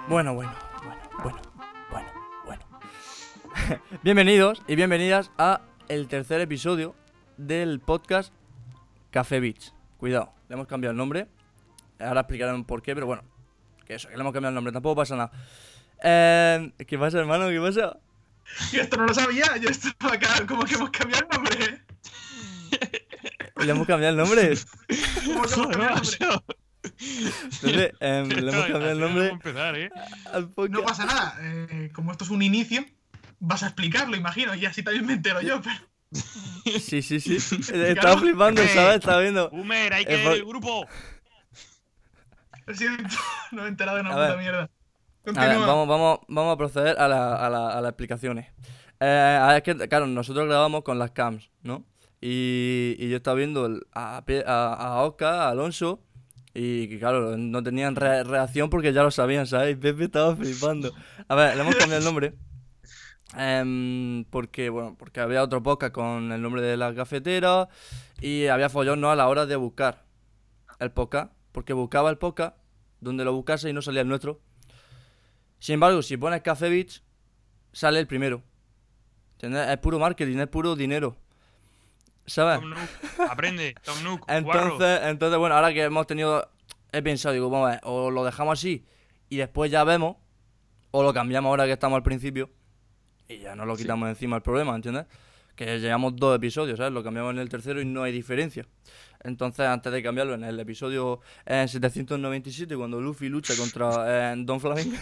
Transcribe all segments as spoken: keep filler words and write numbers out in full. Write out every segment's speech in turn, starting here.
Bueno, bueno, bueno, bueno, bueno, bueno. Bienvenidos y bienvenidas a el tercer episodio del podcast Café Beach. Cuidado, le hemos cambiado el nombre. Ahora explicaremos por qué, pero bueno, que eso, que le hemos cambiado el nombre, tampoco pasa nada. Eh, ¿Qué pasa, hermano? ¿Qué pasa? Yo esto no lo sabía, yo estaba acá, como que hemos cambiado el nombre. ¿Le hemos cambiado el nombre? ¿Cómo que hemos cambiado el nombre? Entonces, eh, le hemos cambiado el nombre empezar, ¿eh? al podcast. No pasa nada, eh, como esto es un inicio, vas a explicarlo, imagino, y así también me entero yo, pero... Sí, sí, sí. Estaba flipando, ¿sabes? Estaba viendo. Humer, hay que Eh, ver por- el grupo. Lo siento, no me he enterado de una A puta ver. mierda. A Continúa. ver, vamos, vamos, vamos a proceder a, la- a la- a las explicaciones. Eh, a ver, es que, claro, nosotros grabamos con las cams, ¿no? Y, y yo estaba viendo el- a, Pe- a, a Oscar, a Alonso, y que, claro, no tenían re- reacción porque ya lo sabían, ¿sabes? Y Pepe estaba flipando. A ver, le hemos cambiado el nombre. em, porque, bueno, porque había otro podcast con el nombre de la cafetera y había follón, ¿no? A la hora de buscar el podcast, porque buscaba el podcast donde lo buscase y no salía el nuestro. Sin embargo, si pones Café Beach, sale el primero. ¿Entiendes? Es puro marketing, es puro dinero. ¿Sabes? Tom Nook, aprende. Tom Nook, guarro. Entonces, entonces, bueno, ahora que hemos tenido... He pensado, digo, vamos a ver, o lo dejamos así y después ya vemos, o lo cambiamos ahora que estamos al principio y ya nos lo Sí. quitamos encima el problema, ¿entiendes? Que llevamos dos episodios, ¿sabes? Lo cambiamos en el tercero y no hay diferencia. Entonces, antes de cambiarlo en el episodio eh, setecientos noventa y siete, cuando Luffy lucha contra eh, Don Flamingo,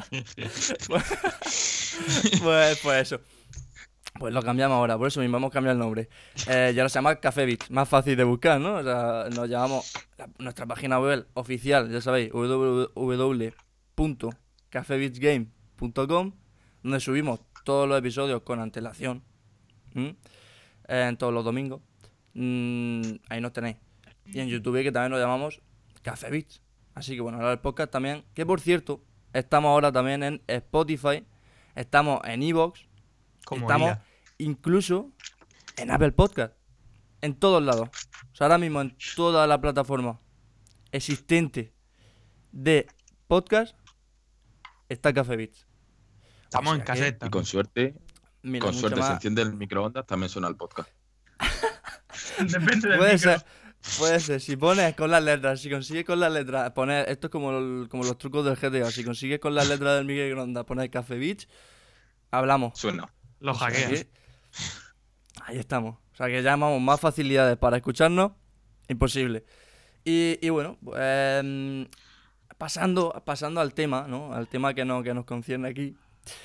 pues, pues eso. Pues lo cambiamos ahora, por eso mismo hemos cambiado el nombre. Eh, y ahora se llama Café Beach, más fácil de buscar, ¿no? O sea, nos llamamos la- nuestra página web oficial, ya sabéis, w w w punto cafe beach game punto com, donde subimos todos los episodios con antelación, ¿m? Eh, en todos los domingos. Mm, ahí nos tenéis. Y en YouTube, que también nos llamamos Café Beach. Así que bueno, ahora el podcast también, que por cierto, estamos ahora también en Spotify, estamos en Evox, Como estamos diga. incluso en Apple Podcast, en todos lados. O sea, ahora mismo en toda la plataforma existente de podcast está Café Beats. Estamos O en sea que, caseta. Y con suerte, mira, con mucho suerte se más- enciende el microondas, también suena el podcast. Depende del Puede micro. ser, puede ser. Si pones con las letras, si consigues con las letras poner, esto es como, el- como los trucos del G T A, si consigues con las letras del microondas poner Café Beach, hablamos. Suena. Lo O sea hackeas. que- ahí estamos. O sea que ya llamamos más facilidades para escucharnos. Imposible. Y, y bueno, pues, em, pasando, pasando al tema, ¿no? Al tema que, no, que nos concierne aquí.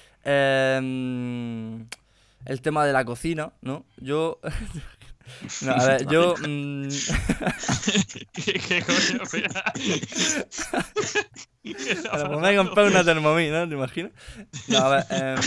Em, el tema de la cocina, ¿no? Yo... no, a ver, yo... mm, ¿Qué, qué coño? Espera. ¿Qué está Bueno, pues me he pasando? comprado una Thermomix, ¿no? ¿Te imaginas? No, a ver, em,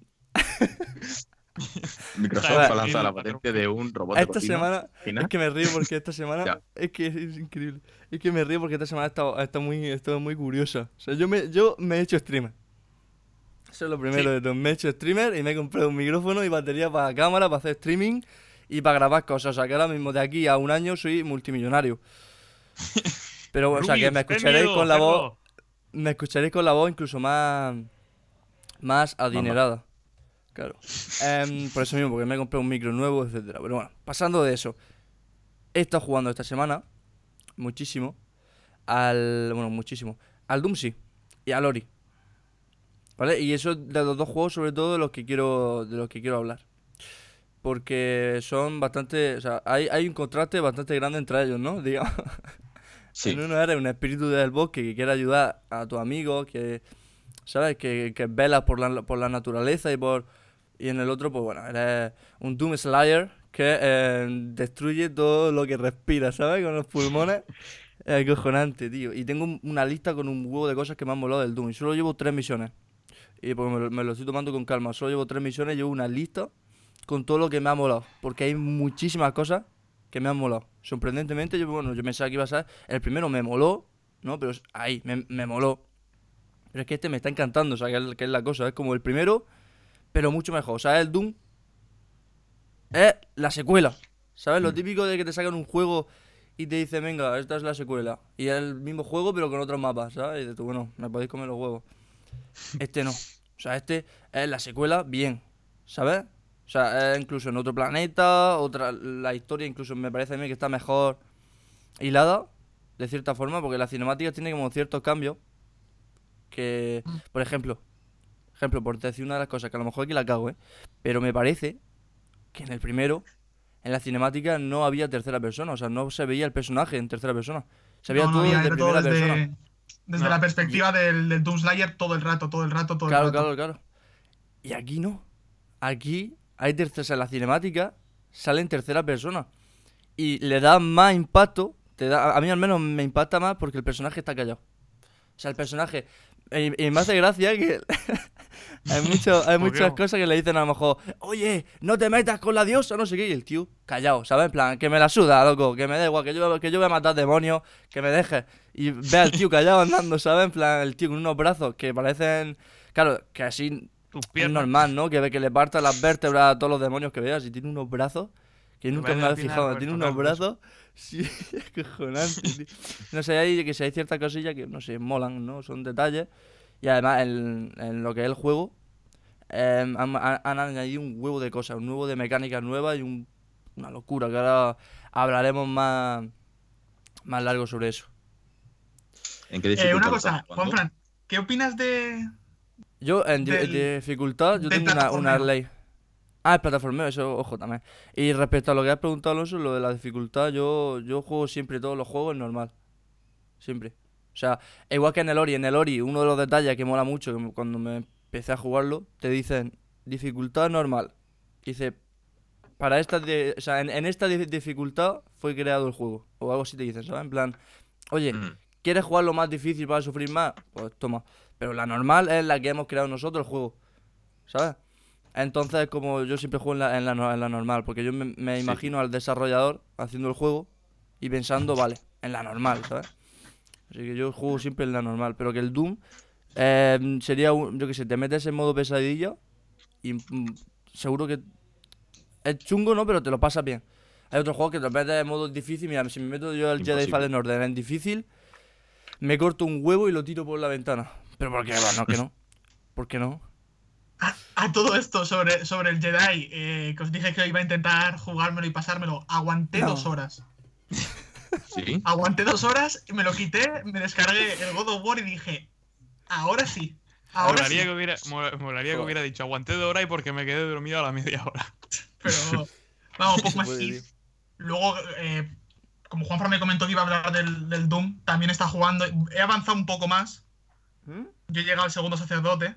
Microsoft Joder, ha lanzado y- la patente de un robot de esta cocina. semana... Fina. Es que me río porque esta semana... Ya. Es que es increíble. Es que me río porque esta semana ha estado, ha estado muy, ha estado muy curiosa. O sea, yo me, yo me he hecho streamer. Eso es lo primero Sí. de todo. Me he hecho streamer y me he comprado un micrófono y batería para cámara, para hacer streaming y para grabar cosas. O sea, que ahora mismo de aquí a un año soy multimillonario. Pero, o sea, que Rubius, me ten escucharéis miedo, con la voz... cerdo. Me escucharéis con la voz incluso más... Más adinerada. Claro. Em, por eso mismo, porque me he comprado un micro nuevo, etcétera. Pero bueno, pasando de eso. He estado jugando esta semana muchísimo al... Bueno, muchísimo. Al Doomsy y al Ori. ¿Vale? Y eso de los dos juegos, sobre todo, de los que quiero, de los que quiero hablar. Porque son bastante... O sea, hay, hay un contraste bastante grande entre ellos, ¿no? Digamos. Sí. En uno eres un espíritu del bosque que quiere ayudar a tu amigo, que... ¿Sabes? Que, que velas por la, por la naturaleza y por... Y en el otro, pues bueno, eres un Doom Slayer que eh, destruye todo lo que respira, ¿sabes? Con los pulmones. Es acojonante, tío. Y tengo un- una lista con un huevo de cosas que me han molado del Doom. Y solo llevo tres misiones. Y porque me lo, me lo estoy tomando con calma. Solo llevo tres misiones, llevo una lista con todo lo que me ha molado. Porque hay muchísimas cosas que me han molado. Sorprendentemente, yo, bueno, yo pensaba que iba a ser... El primero me moló, ¿no? Pero es- ahí, me, me moló. Pero es que este me está encantando, o sea, que es, que es la cosa. Es como el primero, pero mucho mejor. O sea, el Doom es la secuela. ¿Sabes? Lo Mm. típico de que te sacan un juego y te dicen, venga, esta es la secuela. Y es el mismo juego, pero con otros mapas, ¿sabes? Y dices tú, bueno, me podéis comer los huevos. Este no. O sea, este es la secuela bien, ¿sabes? O sea, es incluso en otro planeta, otra la historia incluso me parece a mí que está mejor hilada, de cierta forma, porque la cinemática tiene como ciertos cambios que, por ejemplo, ejemplo, por decir una de las cosas que a lo mejor aquí la cago, ¿eh? Pero me parece que en el primero, en la cinemática no había tercera persona, o sea, no se veía el personaje en tercera persona. Se veía No, no todo había, de era todo primera desde, persona. desde No, la perspectiva del, del Doomslayer todo el rato, todo el rato, todo el Claro, rato. claro, claro. Y aquí no. Aquí hay tercera, o sea, la cinemática sale en tercera persona. Y le da más impacto, te da, a mí al menos me impacta más porque el personaje está callado. O sea, el personaje... Y, y me hace gracia que hay, mucho, hay ¿Por qué? muchas cosas que le dicen a lo mejor, oye, no te metas con la diosa, no sé qué, y el tío callado, ¿sabes? En plan, que me la suda, loco, que me da igual, que yo, que yo voy a matar demonios, que me dejes. Y ve al tío callado andando, ¿sabes? En plan, el tío con unos brazos que parecen... Claro, que así Tus es piernas. normal, ¿no? Que, ve que le parta las vértebras a todos los demonios que veas y tiene unos brazos que Me nunca parece me la había pierna de fijado. Roberto Tiene unos Carlos, eso. brazos... Sí, es cojonante, tío. No sé, hay, que si hay ciertas cosillas que, no sé, molan, ¿no? Son detalles. Y además, en, en lo que es el juego, eh, han, han- han añadido un huevo de cosas, un huevo de mecánicas nuevas y un- una locura, que ahora hablaremos más, más largo sobre eso. ¿En qué Eh, dificultad una lo estás cosa, jugando? Juanfran, ¿qué opinas de, Yo, en di- del, dificultad, yo del tengo una, una plataformeo? ley. Ah, el plataformeo, eso, ojo también. Y respecto a lo que has preguntado, Alonso, lo de la dificultad, yo, yo juego siempre todos los juegos normal. Siempre. O sea, igual que en el Ori, en el Ori, uno de los detalles que mola mucho, que me- cuando me empecé a jugarlo, te dicen dificultad normal. Dice, para esta, di- o sea, en, en esta di- dificultad fue creado el juego. O algo así te dicen, ¿sabes? En plan, oye, Mm, ¿quieres jugar lo más difícil para sufrir más? Pues toma. Pero la normal es la que hemos creado nosotros el juego, ¿sabes? Entonces, como yo siempre juego en la, en la, no- en la normal, porque yo me, me sí. imagino al desarrollador haciendo el juego y pensando, vale, en la normal, ¿sabes? Así que yo juego siempre en la normal, pero que el Doom eh, sería, un, yo que sé, te metes en modo pesadilla y mm, seguro que es chungo, ¿no? Pero te lo pasas bien. Hay otros juegos que te metes en modo difícil, mira, si me meto yo al Jedi Imposible. Fallen Order en difícil, me corto un huevo y lo tiro por la ventana. Pero ¿por qué? Bueno, que no. ¿Por qué no? A, a todo esto sobre, sobre el Jedi, eh, que os dije que iba a intentar jugármelo y pasármelo, aguanté No. dos horas. ¿Sí? Aguanté dos horas, me lo quité, me descargué el God of War y dije, ahora sí, ahora Molaría, sí. que hubiera, mola- molaría que Joder. hubiera dicho aguanté de hora y porque me quedé dormido a la media hora. Pero, vamos, poco más. Puede, Y tío. luego, eh, como Juanfran me comentó que iba a hablar del, del Doom, también está jugando. He avanzado un poco más. ¿Mm? Yo he llegado al segundo sacerdote.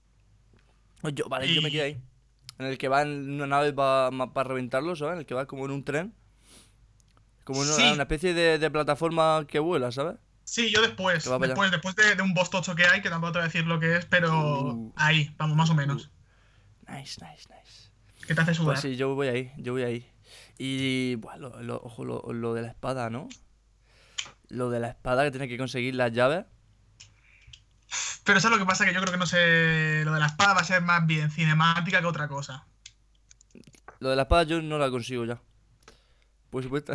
Yo, vale, yo me quedé ahí. En el que va en una nave para reventarlo, ¿sabes? En el que va como en un tren. Como en una, Sí. una especie de, de plataforma que vuela, ¿sabes? Sí, yo después. Que va para Después, después de, de un boss tocho que hay, que tampoco te voy a decir lo que es, pero Uh. ahí, vamos, más o menos. Nice, nice, nice. Que te hace sudar. Pues sí, yo voy ahí, yo voy ahí. Y, bueno, lo, lo- ojo, lo, lo de la espada, ¿no? Lo de la espada que tienes que conseguir las llaves. Pero ¿sabes lo que pasa? Que yo creo que no sé. Lo de la espada va a ser más bien cinemática que otra cosa. Lo de la espada yo no la consigo ya. Pues supuesta-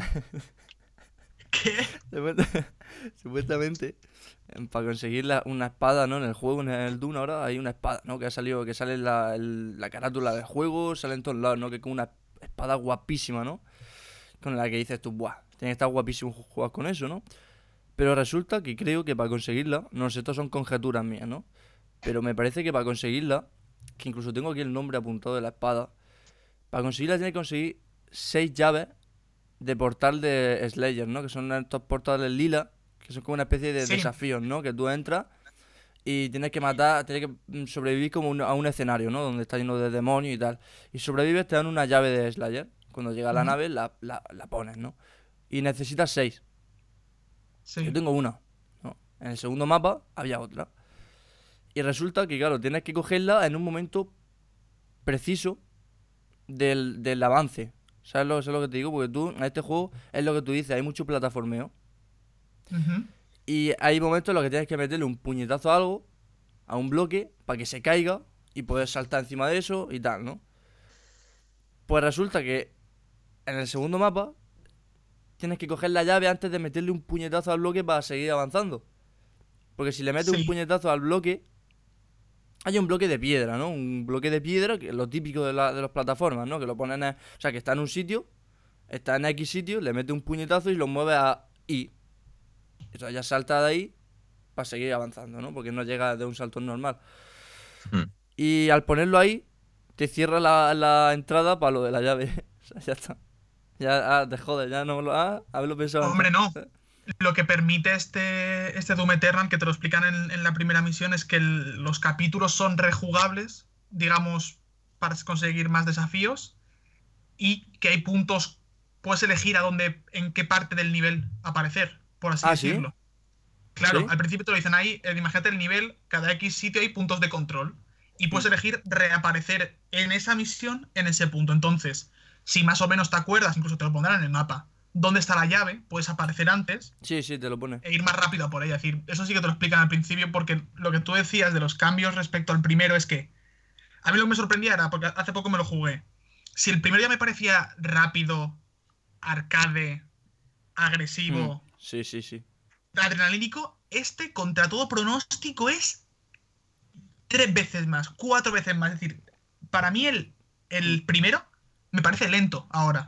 ¿Qué? supuesta- supuestamente, em, para conseguir la- una espada, ¿no? En el juego, en el Dune ahora hay una espada, ¿no? Que ha salido, que sale en la, el- la carátula del juego, sale en todos lados, ¿no? Que es como una espada guapísima, ¿no? Con la que dices tú, buah, tiene que estar guapísimo ju- jugar con eso, ¿no? Pero resulta que creo que para conseguirla, no sé, estos son conjeturas mías, ¿no? Pero me parece que para conseguirla, que incluso tengo aquí el nombre apuntado de la espada, para conseguirla tienes que conseguir seis llaves de portal de Slayer, ¿no? Que son estos portales lila, que son como una especie de Sí. desafíos, ¿no? Que tú entras y tienes que matar, tienes que mm, sobrevivir como un- a un escenario, ¿no? Donde está lleno de demonios y tal. Y sobrevives, te dan una llave de Slayer. Cuando llega a la Ujú. nave, la, la, la pones, ¿no? Y necesitas seis. Sí. Yo tengo una, ¿no? En el segundo mapa había otra. Y resulta que, claro, tienes que cogerla en un momento preciso del, del avance. ¿Sabes lo, ¿Sabes lo que te digo? Porque tú, en este juego, es lo que tú dices, hay mucho plataformeo. Ujú. Y hay momentos en los que tienes que meterle un puñetazo a algo, a un bloque, para que se caiga y poder saltar encima de eso y tal, ¿no? Pues resulta que en el segundo mapa tienes que coger la llave antes de meterle un puñetazo al bloque para seguir avanzando. Porque si le metes Sí. un puñetazo al bloque, hay un bloque de piedra, ¿no? Un bloque de piedra, que es lo típico de, la, de las plataformas, ¿no? Que lo ponen en... O sea, que está en un sitio, está en X sitio, le mete un puñetazo y lo mueve a Y. O sea, ya salta de ahí para seguir avanzando, ¿no? Porque no llega de un salto normal. Hmm. Y al ponerlo ahí, te cierra la, la entrada para lo de la llave. O sea, ya está. Ya ah, te jodes, ya no lo... Ah, haberlo pensado Hombre, antes. no. Lo que permite este, este Doom Eternal, que te lo explican en, en la primera misión, es que el- los capítulos son rejugables, digamos, para conseguir más desafíos, y que hay puntos, puedes elegir a dónde, en qué parte del nivel aparecer, por así Ah, ¿sí? decirlo. Claro, ¿Sí? al principio te lo dicen ahí, eh, imagínate el nivel, cada X sitio hay puntos de control, y puedes Mm. elegir reaparecer en esa misión en ese punto. Entonces, si más o menos te acuerdas, incluso te lo pondrán en el mapa, dónde está la llave, puedes aparecer antes Sí, sí, te lo pone. e ir más rápido a por ella. Es decir, eso sí que te lo explican al principio, porque lo que tú decías de los cambios respecto al primero es que a mí lo que me sorprendía era, porque hace poco me lo jugué, si el primero ya me parecía rápido, arcade, Mm. agresivo, Sí, sí, sí. adrenalínico, este contra todo pronóstico es tres veces más, cuatro veces más. Es decir, para mí el, el Mm. primero me parece lento ahora.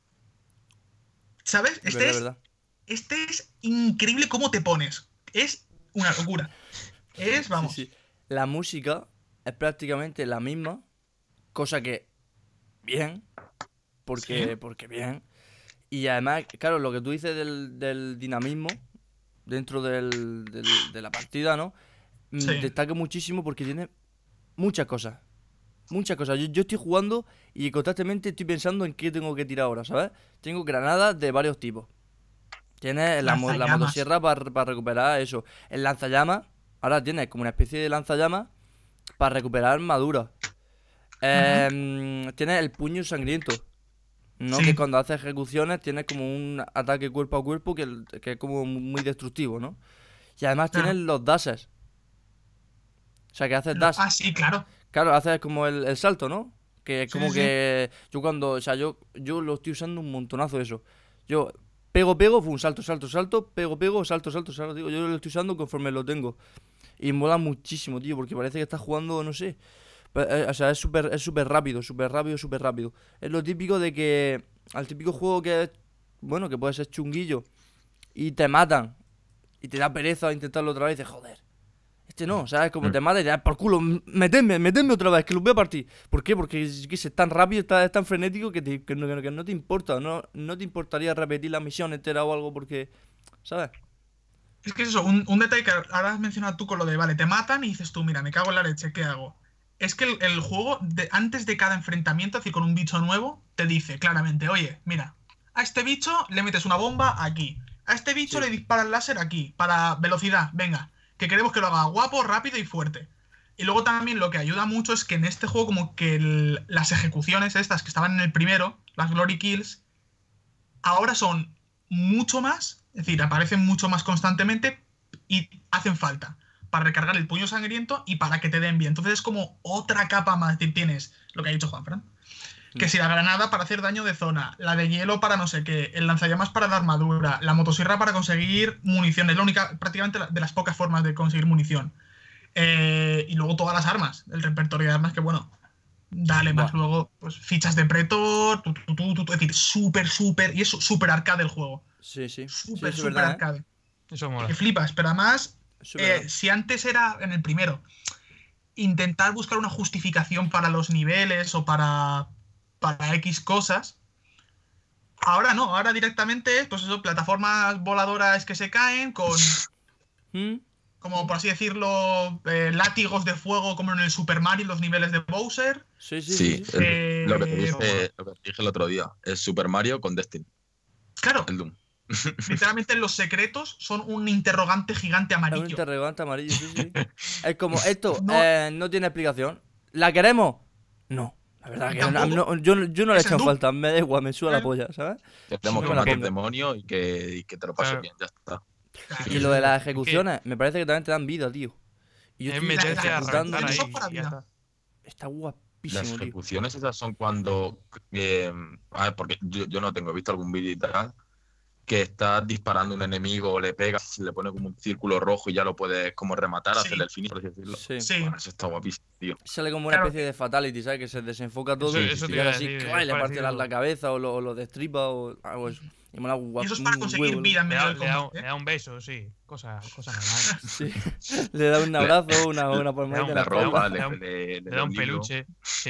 ¿Sabes? Es Este verdad, es es, verdad. este es increíble cómo te pones. Es una locura. Es, Sí, vamos. sí. La música es prácticamente la misma, cosa que bien, porque, Sí, porque bien. Y además, claro, lo que tú dices del, del dinamismo dentro del, del- de la partida, ¿no? Mm, sí. Destaca muchísimo porque tiene muchas cosas. Muchas cosas. Yo, yo estoy jugando y constantemente estoy pensando en qué tengo que tirar ahora, ¿sabes? Tengo granadas de varios tipos. Tienes la, mo- la Lanzallamas. motosierra para recuperar eso. El lanzallamas, ahora tienes como una especie de lanzallamas para recuperar armadura. Ujú. Em, tienes el puño sangriento, ¿no? Que Sí, cuando haces ejecuciones tienes como un ataque cuerpo a cuerpo que, que es como muy destructivo, ¿no? Y además tienes claro. los dashes. O sea, que haces Lo- dash. ah, sí, claro. Claro, haces como el, el salto, ¿no? Que es Sí, como sí, sí. que yo cuando, o sea, yo, yo lo estoy usando un montonazo eso. Yo pego, pego, fue un salto, salto, salto, pego, pego, salto, salto, salto. Digo, yo lo estoy usando conforme lo tengo. Y mola muchísimo, tío, porque parece que estás jugando, no sé. Pe- eh, O sea, es súper es súper rápido, súper rápido, súper rápido. Es lo típico de que, al típico juego que es, bueno, que puede ser chunguillo y te matan y te da pereza intentarlo otra vez y dices, joder. Este no, ¿sabes? Como Hmm. te mata y te da por culo, m- metedme, metedme otra vez, que los voy a partir. ¿Por qué? Porque es, que es tan rápido, está- es tan frenético que, te- que no, que no te importa, no, no te importaría repetir la misión entera o algo porque, ¿sabes? Es que es eso, un, un detalle que ahora has mencionado tú con lo de, vale, te matan y dices tú, mira, me cago en la leche, ¿qué hago? Es que el, el juego, de- antes de cada enfrentamiento, así con un bicho nuevo, te dice claramente, oye, mira, a este bicho le metes una bomba aquí, a este bicho Sí. le disparas láser aquí, para velocidad, venga, que queremos que lo haga guapo, rápido y fuerte. Y luego también lo que ayuda mucho es que en este juego como que el- las ejecuciones estas que estaban en el primero, las Glory Kills, ahora son mucho más, es decir, aparecen mucho más constantemente y hacen falta para recargar el puño sangriento y para que te den bien. Entonces es como otra capa más. Es decir, tienes lo que ha dicho Juanfran. Que Mm. si la granada para hacer daño de zona, la de hielo para no sé qué, el lanzallamas para la armadura, la motosierra para conseguir munición, es la única, prácticamente la- de las pocas formas de conseguir munición. Eh, y luego todas las armas, el repertorio de armas que bueno, dale más. Buah. Luego, pues fichas de Pretor, tu, tu, tu, tu, tu, es decir, súper, súper, y es súper arcade el juego. Sí, sí. Sí, Súper, eso es súper verdad, ¿eh? arcade. Eso Que mola. flipas, pero además, Eso es eh, verdad. si antes era en el primero, intentar buscar una justificación para los niveles o para, para X cosas, ahora no, ahora directamente es, pues eso, plataformas voladoras que se caen con, ¿Mm? como ¿Mm? por así decirlo, eh, látigos de fuego como en el Super Mario, los niveles de Bowser. Sí, sí, sí, Sí, sí. el- lo, que te Eh, Eso mola. dije, lo que te dije el otro día es Super Mario con Destiny, claro, el Doom. literalmente los secretos son un interrogante gigante Es un amarillo. interrogante amarillo, sí, sí. Es como, esto No, eh, no tiene explicación. ¿La queremos? No. La verdad que no, tampoco. no- yo, no- yo no le he Es el echado Doom. falta, me da igual, me suda la Claro. polla, ¿sabes? Queremos No que me la mates ponga. demonios y que, y que te lo pases Claro. bien, ya está. Claro. Y lo de las Es que ejecuciones, me parece que también te dan vida, tío. Y yo es estoy meterte a ejecutando, reventar ejecuciones tío. son ahí para y ya vida. está. Está Las guapísimo, tío. ejecuciones esas son cuando... eh, a ver, porque yo, yo no tengo he visto algún vídeo y tal. que estás disparando a un enemigo o le pegas, le pone como un círculo rojo y ya lo puedes como rematar, Sí. hacerle el finish, por así decirlo. Sí. Sí. Buah, eso está guapísimo, tío. Sale como una Claro. especie de fatality, ¿sabes? Que se desenfoca todo Eso- y eso te y ahora iba a sí, decir, ¡cuá! y es le parte la, parecido. la cabeza o lo, o lo destripa o algo eso. Y mola guap- Y eso es para un conseguir huevo, vida en Le medio da, del le da un, combate. le da un beso, sí. Cosa, cosa normal. Sí. Le da un abrazo, una, una palmadita en Le la da La un- espalda. ropa, le da le, un- le- le Le da da un un libro. peluche. Sí.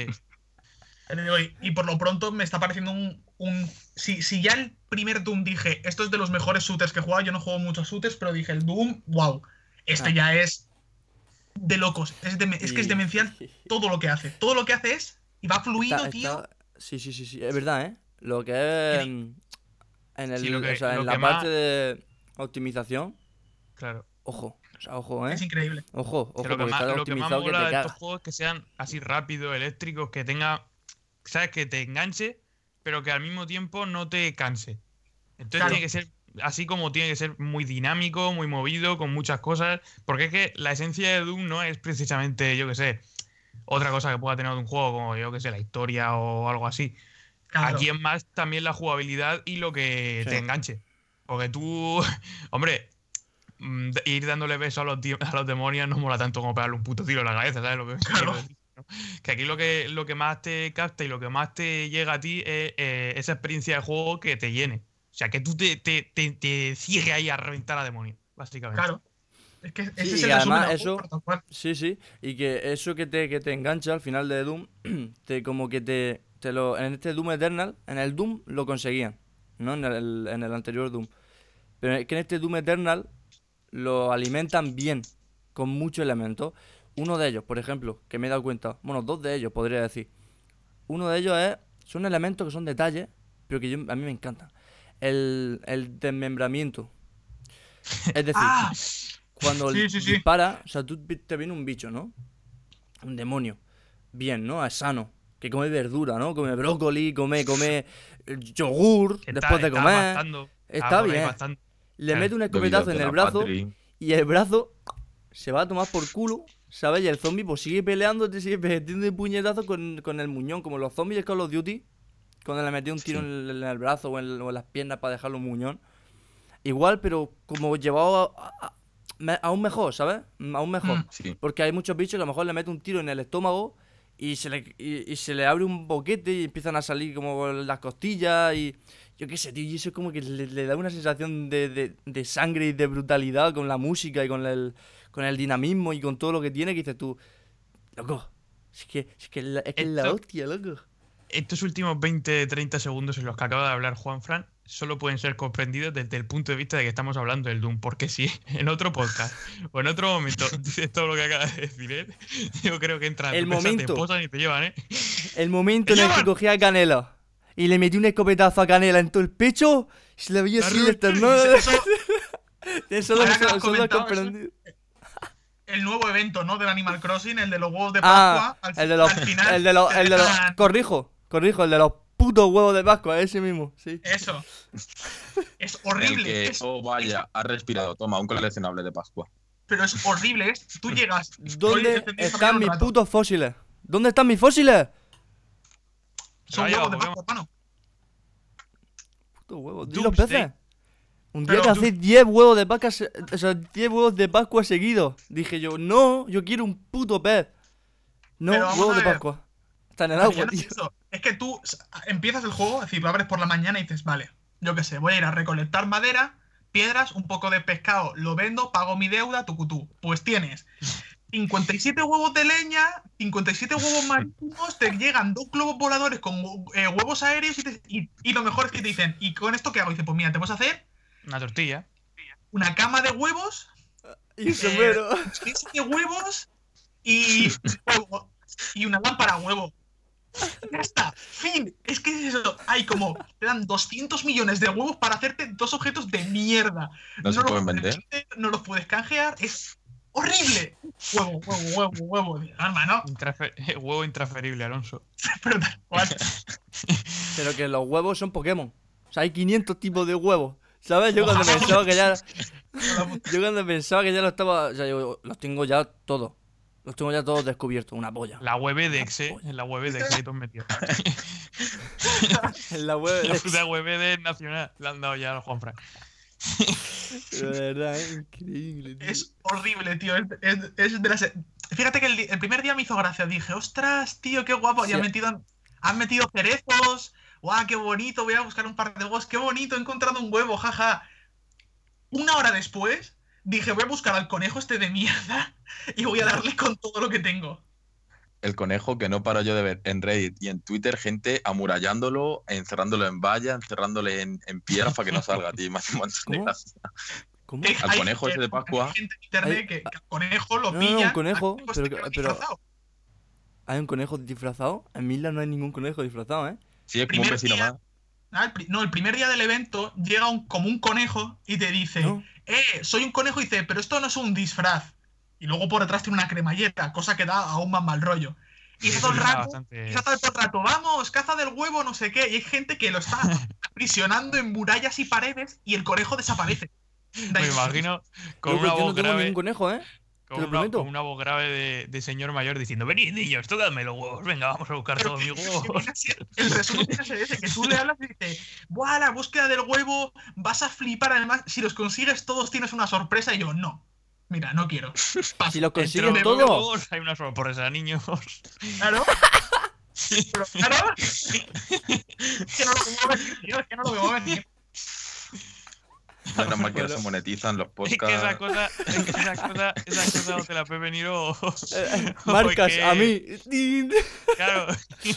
Y, y por lo pronto me está pareciendo un. un si, si ya el primer Doom dije, esto es de los mejores shooters que he jugado, yo no juego muchos shooters, pero dije, el Doom, wow. Este Ah. ya es de locos. Es, deme- es que es Y- demencial todo lo que hace. Todo lo que hace es. Y va fluido, Está- tío. está- Sí, sí, sí, sí, es verdad, ¿eh? Lo que es Sí. mm, en, el, Sí, lo que- o sea, lo en la que parte más- de optimización, Claro. ojo, o sea, ojo, ¿eh? Es increíble. Ojo, ojo, Que lo que porque más, está lo que más optimizado que mola te de estos cagas. juegos es que sean así rápidos, eléctricos, que tenga. ¿Sabes? Que te enganche, pero que al mismo tiempo no te canse. Entonces Claro. tiene que ser así como tiene que ser muy dinámico, muy movido, con muchas cosas. Porque es que la esencia de Doom no es precisamente, yo que sé, otra cosa que pueda tener un juego, como yo que sé, la historia o algo así. Claro. Aquí es más también la jugabilidad y lo que Sí. te enganche. Porque tú, hombre, mm, d- ir dándole besos a los, di- a los demonios no mola tanto como pegarle un puto tiro en la cabeza, ¿sabes lo que Claro. quiero decir, no? Que aquí lo que, lo que más te capta y lo que más te llega a ti es eh, esa experiencia de juego que te llene. O sea, que tú te, te, te, te ciegues ahí a reventar a demonios, básicamente. Claro. Es que ese Sí, es y el además resumen del eso- juego, tal cual. Sí, sí, y que eso que te, que te engancha al final de Doom, te como que te, te lo, en este Doom Eternal, en el Doom lo conseguían, ¿no? En el, en el anterior Doom. Pero es que en este Doom Eternal lo alimentan bien, con muchos elementos. Uno de ellos, por ejemplo, que me he dado cuenta, bueno, dos de ellos podría decir. Uno de ellos es, son elementos que son detalles, pero que yo, a mí me encantan. El, el desmembramiento. Es decir, ¡Ah! cuando Sí, sí, sí. dispara, o sea, tú vi- te viene un bicho, ¿no? Un demonio. Bien, ¿no? Es sano. Que come verdura, ¿no? Come brócoli, come, come eh, yogur Que está- después de está comer. pastando, Está por ahí bien. pastando. Le Claro. mete un Bebidas escopetazo de en la el brazo Patri. y el brazo se va a tomar por culo, ¿sabes? Y el zombie pues sigue peleando, te sigue metiendo de puñetazo con, con el muñón, como los zombies de Call of Duty, cuando le metí un tiro Sí. en, el, en el brazo o en, o en las piernas para dejarlo un muñón. Igual, pero como llevado a, a- me- aún mejor, ¿sabes? Aún mejor. Mm. Sí. Porque hay muchos bichos que a lo mejor le mete un tiro en el estómago y se le, y, y se le abre un boquete y empiezan a salir como las costillas y yo qué sé, tío, y eso es como que le, le da una sensación de, de, de sangre y de brutalidad con la música y con el, con el dinamismo y con todo lo que tiene que dices tú, loco, es que es, que es, la, es, que es la Esto- hostia, loco. Estos últimos veinte treinta segundos en los que acaba de hablar Juanfran solo pueden ser comprendidos desde el punto de vista de que estamos hablando del Doom. Porque si en otro podcast o en otro momento dices todo lo que acaba de decir él, yo creo que entra El tu casa, momento. te posan y te llevan, ¿eh? El momento en el que ¡Llevan! cogí a Canela y le metí un escopetazo a Canela en todo el pecho y se le veía así el esternón. Eso, Eso lo ahora que lo has eso lo he comentado, comprendido. el nuevo evento, ¿no? Del Animal Crossing, el de los huevos de Ah, Pascua. al, el de los, al final. el de los, te el de los, dejan- corrijo, corrijo, el de los putos huevos de Pascua, ese mismo, sí. Eso. Es El horrible. que, es- oh vaya, ha respirado. Toma, un coleccionable de Pascua. pero es horrible. Es, tú llegas. ¿Dónde hoy este tío está están pegando mis un rato. putos fósiles? ¿Dónde están mis fósiles? Son Se lo ha huevos de llevado Pascua, mano. Putos huevos, ¿y los Doomsday. peces? Un día Pero que tú- hacéis diez huevos de Pascua, se- o sea, diez huevos de Pascua seguidos. Dije yo, no, yo quiero un puto pez. No, Pero vamos huevos a de ver. Pascua. Está en el Vale, ya agua, no es tío. eso. Es que tú s- empiezas el juego, es decir, lo abres por la mañana y dices, vale, yo qué sé, voy a ir a recolectar madera, piedras, un poco de pescado, lo vendo, pago mi deuda, tucutú. Pues tienes cincuenta y siete huevos de leña, cincuenta y siete huevos marítimos, te llegan dos globos voladores con eh, huevos aéreos y, te- y- y lo mejor es que te dicen, ¿y con esto qué hago? Y dices, pues mira, te puedes hacer Una tortilla. una cama de huevos, Y un sombrero. siete huevos y, huevo, y una lámpara a huevo. Ya está, fin. Es que es eso. Hay como, te dan doscientos millones de huevos para hacerte dos objetos de mierda. ¿No se los pueden puedes vender? No los puedes canjear. Es horrible. Huevo, huevo, huevo, huevo. Hermano, Intrafer- huevo intransferible, Alonso. pero tal cual. Pero que los huevos son Pokémon. O sea, hay quinientos tipos de huevos. ¿Sabes? Yo cuando Ojalá. pensaba que ya. Yo cuando pensaba que ya lo estaba. O sea, yo los tengo ya todos. Los tengo ya todos descubiertos, una polla. La Webedex, Una eh. polla. En la Webedex ahí todos metidos. En la web La de... puta Webedex nacional le han dado ya al Juanfran. De verdad, es increíble, tío. Es horrible, tío. Es, es- es de las... Fíjate que el, di- el primer día me hizo gracia. Dije, ostras, tío, qué guapo. Y Sí. han metido, han metido cerezos. Guau, qué bonito. Voy a buscar un par de huevos. Qué bonito, he encontrado un huevo, jaja. Una hora después, dije, voy a buscar al conejo este de mierda y voy a darle con todo lo que tengo. El conejo que no paro yo de ver en Reddit y en Twitter gente amurallándolo, encerrándolo en vallas, encerrándole en, en piedras para que no salga, tío. Me hace un montón de ¿Cómo? gracia. ¿Cómo? Que Al hay- conejo que- ese de Pascua. Hay gente en internet Hay- que, que al conejo lo No, no, pilla. un conejo, al conejo pero este que- que va pero- disfrazado. ¿Hay un conejo disfrazado? En Midland no hay ningún conejo disfrazado, ¿eh? Sí, es como un Primer vecino día- más. Ah, el pri- no, el primer día del evento llega un, como un conejo y te dice, ¿No? eh, soy un conejo y dice, pero esto no es un disfraz. Y luego por detrás tiene una cremallera, cosa que da aún más mal rollo. Y está todo el Está rato, bastante- y está todo el rato, vamos, caza del huevo, no sé qué. Y hay gente que lo está aprisionando en murallas y paredes y el conejo desaparece. Da Me igual. imagino con Loco, una yo no voz tengo grave. ningún conejo, ¿eh? Con te lo una, prometo. con una voz grave de, de señor mayor diciendo: venid, niños, tocadme los huevos. Venga, vamos a buscar Pero todos mis que- que huevos. viene a ser- el resumen viene a ser ese, que tú le hablas y dices, ¡buah, la búsqueda del huevo! Vas a flipar, además, si los consigues todos tienes una sorpresa. Y yo, no. Mira, no quiero. Paso. Si lo Entre consiguen los todo. huevos hay una sorpresa, niños. Claro. Pero claro. Es que no lo veo venir, tío. Es que no lo veo venir. Menos mal que no Bueno. se monetizan los Es que esa podcasts. cosa, es que esa cosa, esa cosa no te la puede venir o. Eh, o marcas que- a mí. Tin. Claro.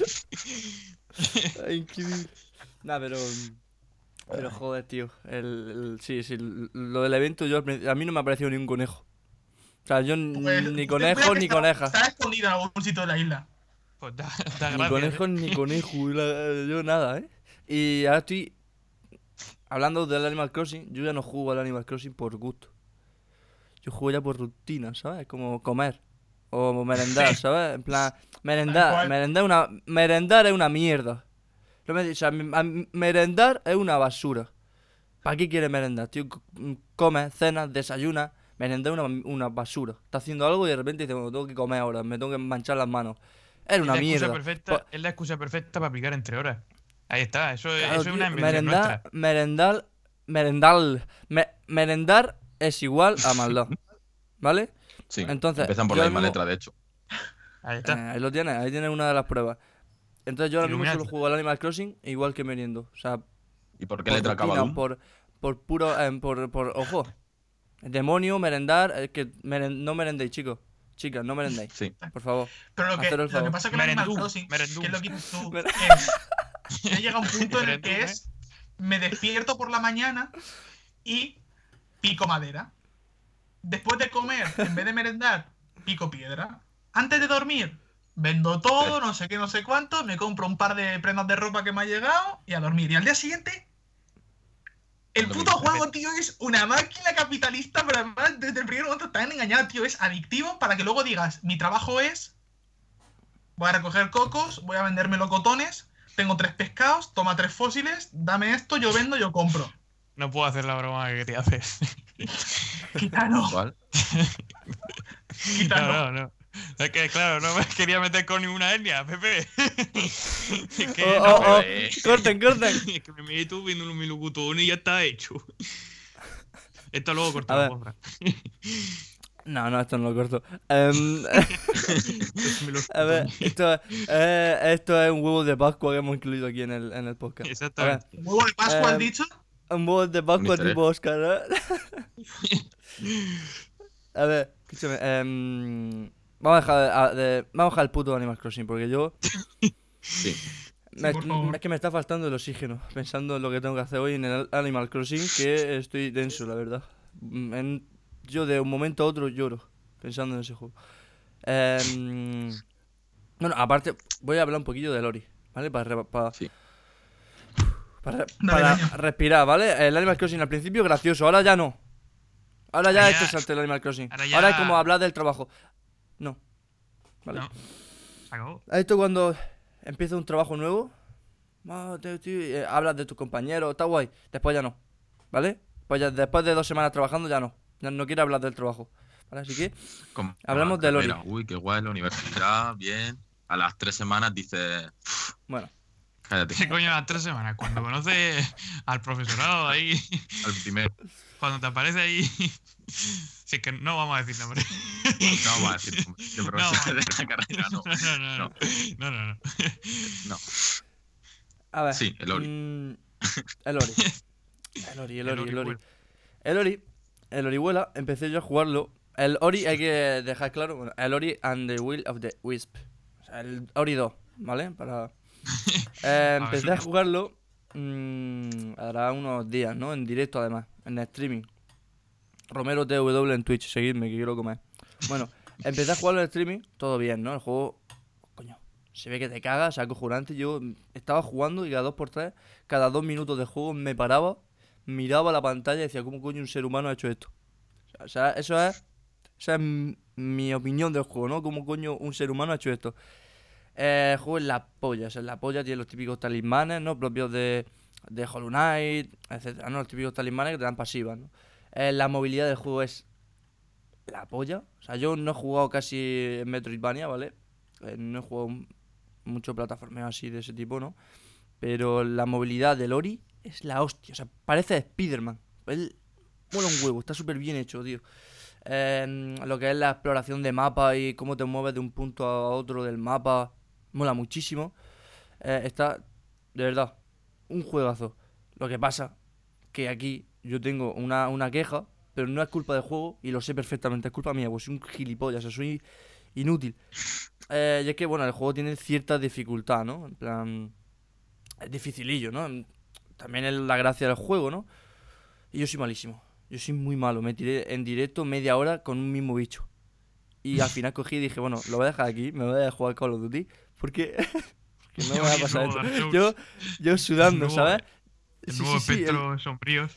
Ay, increíble. Nah, pero. Pero joder, tío. El, el- sí, sí. Lo del evento, yo al prin- a mí no me ha parecido ni un conejo. O sea, yo n- Pues, ni espera conejo que ni está- coneja. Está escondido en algún sitio de la isla. Pues da, da Ni gracias, conejo ¿eh? ni conejo. la- Yo nada, ¿eh? Y ahora estoy. Hablando del Animal Crossing, yo ya no juego al Animal Crossing por gusto. Yo juego ya por rutina, ¿sabes? Como comer. O merendar, ¿sabes? En plan, Tal merendar. cual. Merendar, una, merendar es una mierda. No me, o sea, m- a- merendar es una basura. ¿Para qué quieres merendar, tío? C- m- Comes, cenas, desayunas. Merendar es una, una basura. Estás haciendo algo y de repente dices, bueno, tengo que comer ahora, me tengo que manchar las manos. Es Es una la, excusa mierda. perfecta, Po- es la excusa perfecta para aplicar entre horas. Ahí está, eso, es- Claro, eso es tío, una invención merendar, nuestra. merendar, merendar, me- merendar es igual a maldad, ¿vale? Sí, Entonces, empiezan por yo la ahora misma mismo- letra, de hecho. Ahí Eh, está. ahí lo tienes, ahí tienes una de las pruebas. Entonces yo ahora mismo solo Illuminati. juego al Animal Crossing igual que meriendo. O sea, ¿Y por qué por letra acaba rutina, Doom? por, por puro, eh, por, por, ojo, demonio, merendar, eh, que meren- no merendéis, chicos, chicas, no merendéis, Sí. por favor. Pero lo que, Hacer el lo que favor. pasa con Animal Merendú, Crossing, merendú. que es lo que dices tú, Mer- es, ya llega un punto en el Merendú, que ¿eh? es, me despierto por la mañana y pico madera. Después de comer, en vez de merendar, pico piedra. Antes de dormir, vendo todo, no sé qué, no sé cuánto, me compro un par de prendas de ropa que me ha llegado y a dormir. Y al día siguiente, el Lo puto mismo. juego, tío, es una máquina capitalista, pero además desde el primer momento tan engañado, tío, es adictivo para que luego digas, mi trabajo es, voy a recoger cocos, voy a vender melocotones, tengo tres pescados, toma tres fósiles, dame esto, yo vendo, yo compro. No puedo hacer la broma que quería hacer. Quítalo, ¿Cuál? quítalo. No, no, no. Es que, claro, no me quería meter con ninguna etnia, Pepe. Es que, Oh, no, oh, oh, eh. corten, corten. es que me meto viendo los milucutones y ya está hecho. Esto luego A cortado, ver. Juanfran. No, no, esto no lo corto. Em, a ver, Milucutones. esto, eh, esto es un huevo de Pascua que hemos incluido aquí en el, en el podcast. Exactamente. ¿Huevo de Pascua has Eh, dicho? Un huevo de Pascua Un easter tipo Oscar, ¿eh? A ver, escúchame. em, vamos, a dejar, a- de- vamos a dejar el puto Animal Crossing porque yo. Sí. me- por favor. es que me está faltando el oxígeno pensando en lo que tengo que hacer hoy en el Animal Crossing, que estoy denso, la verdad. Mm, en- yo de un momento a otro lloro pensando en ese juego. Em, bueno, aparte, voy a hablar un poquillo de Lori, ¿vale? Para, re- para, Sí. para, re- Dale, para daño. respirar, ¿vale? El Animal Crossing al principio gracioso, ahora ya no. Ahora ya Ahora es ya- estresante el Animal Crossing. ahora ya- Ahora es como hablar del trabajo. No. Vale. No. Se acabó. Esto cuando empieza un trabajo nuevo, ah, tío, tío, eh, hablas de tus compañeros, está guay. Después ya no, ¿vale? Pues ya después de dos semanas trabajando ya no. Ya no quiere hablar del trabajo. ¿vale? Así que Como hablamos la del Ori. carrera. Uy, qué guay, la universidad, bien. A las tres semanas dices, Bueno, cállate, ¿Qué coño las tres semanas? Cuando conoces al profesorado ahí, al primero. cuando te aparece ahí. Si es que no vamos a decir nombre. No vamos a decir como de profesor de la carrera, no. No, no, no. No, no, no. No. a ver. Sí, el Ori. mm, el Ori. El Ori, el El Ori, el Ori. Orihuela. El Ori, el Orihuela, empecé yo a jugarlo. El Ori, hay que dejar claro, bueno, el Ori and the Will of the Wisp. O sea, el Ori dos, ¿vale? Para... Eh, empecé a jugarlo mmm, hará unos días, ¿no? En directo además, en streaming. Romero T W en Twitch, seguidme que quiero comer. Bueno, empecé a jugarlo en streaming, todo bien, ¿no? El juego, coño, se ve que te cagas, es acojonante. Yo estaba jugando y cada dos por tres, cada dos minutos de juego me paraba, miraba la pantalla y decía, ¿cómo coño un ser humano ha hecho esto? O sea, eso es, esa es mi opinión del juego, ¿no? ¿Cómo coño un ser humano ha hecho esto? Eh, el juego es la polla, o sea, la polla tiene los típicos talismanes, ¿no? Propios de, de Hollow Knight, etcétera, ¿no? Los típicos talismanes que te dan pasivas, ¿no? Eh, la movilidad del juego es la polla. O sea, yo no he jugado casi en Metroidvania, ¿vale? Eh, no he jugado mucho plataformeo así de ese tipo, ¿no? Pero la movilidad del Ori es la hostia. O sea, parece Spider-Man. Él mola un huevo, está súper bien hecho, tío. Eh, lo que es la exploración de mapa y cómo te mueves de un punto a otro del mapa, mola muchísimo. Eh, está, de verdad, un juegazo. Lo que pasa que aquí yo tengo una, una queja, pero no es culpa del juego y lo sé perfectamente, es culpa mía, pues soy un gilipollas, o sea, soy inútil. Eh, y es que, bueno, el juego tiene cierta dificultad, ¿no? En plan, es dificilillo, ¿no? También es la gracia del juego, ¿no? Y yo soy malísimo, yo soy muy malo, me tiré en directo media hora con un mismo bicho. Y al final cogí y dije, bueno, lo voy a dejar aquí, me voy a jugar Call of Duty, porque, porque no me va a pasar esto. Yo, yo sudando, ¿sabes? El Sí, nuevo sí, sí, el- espectro sombríos.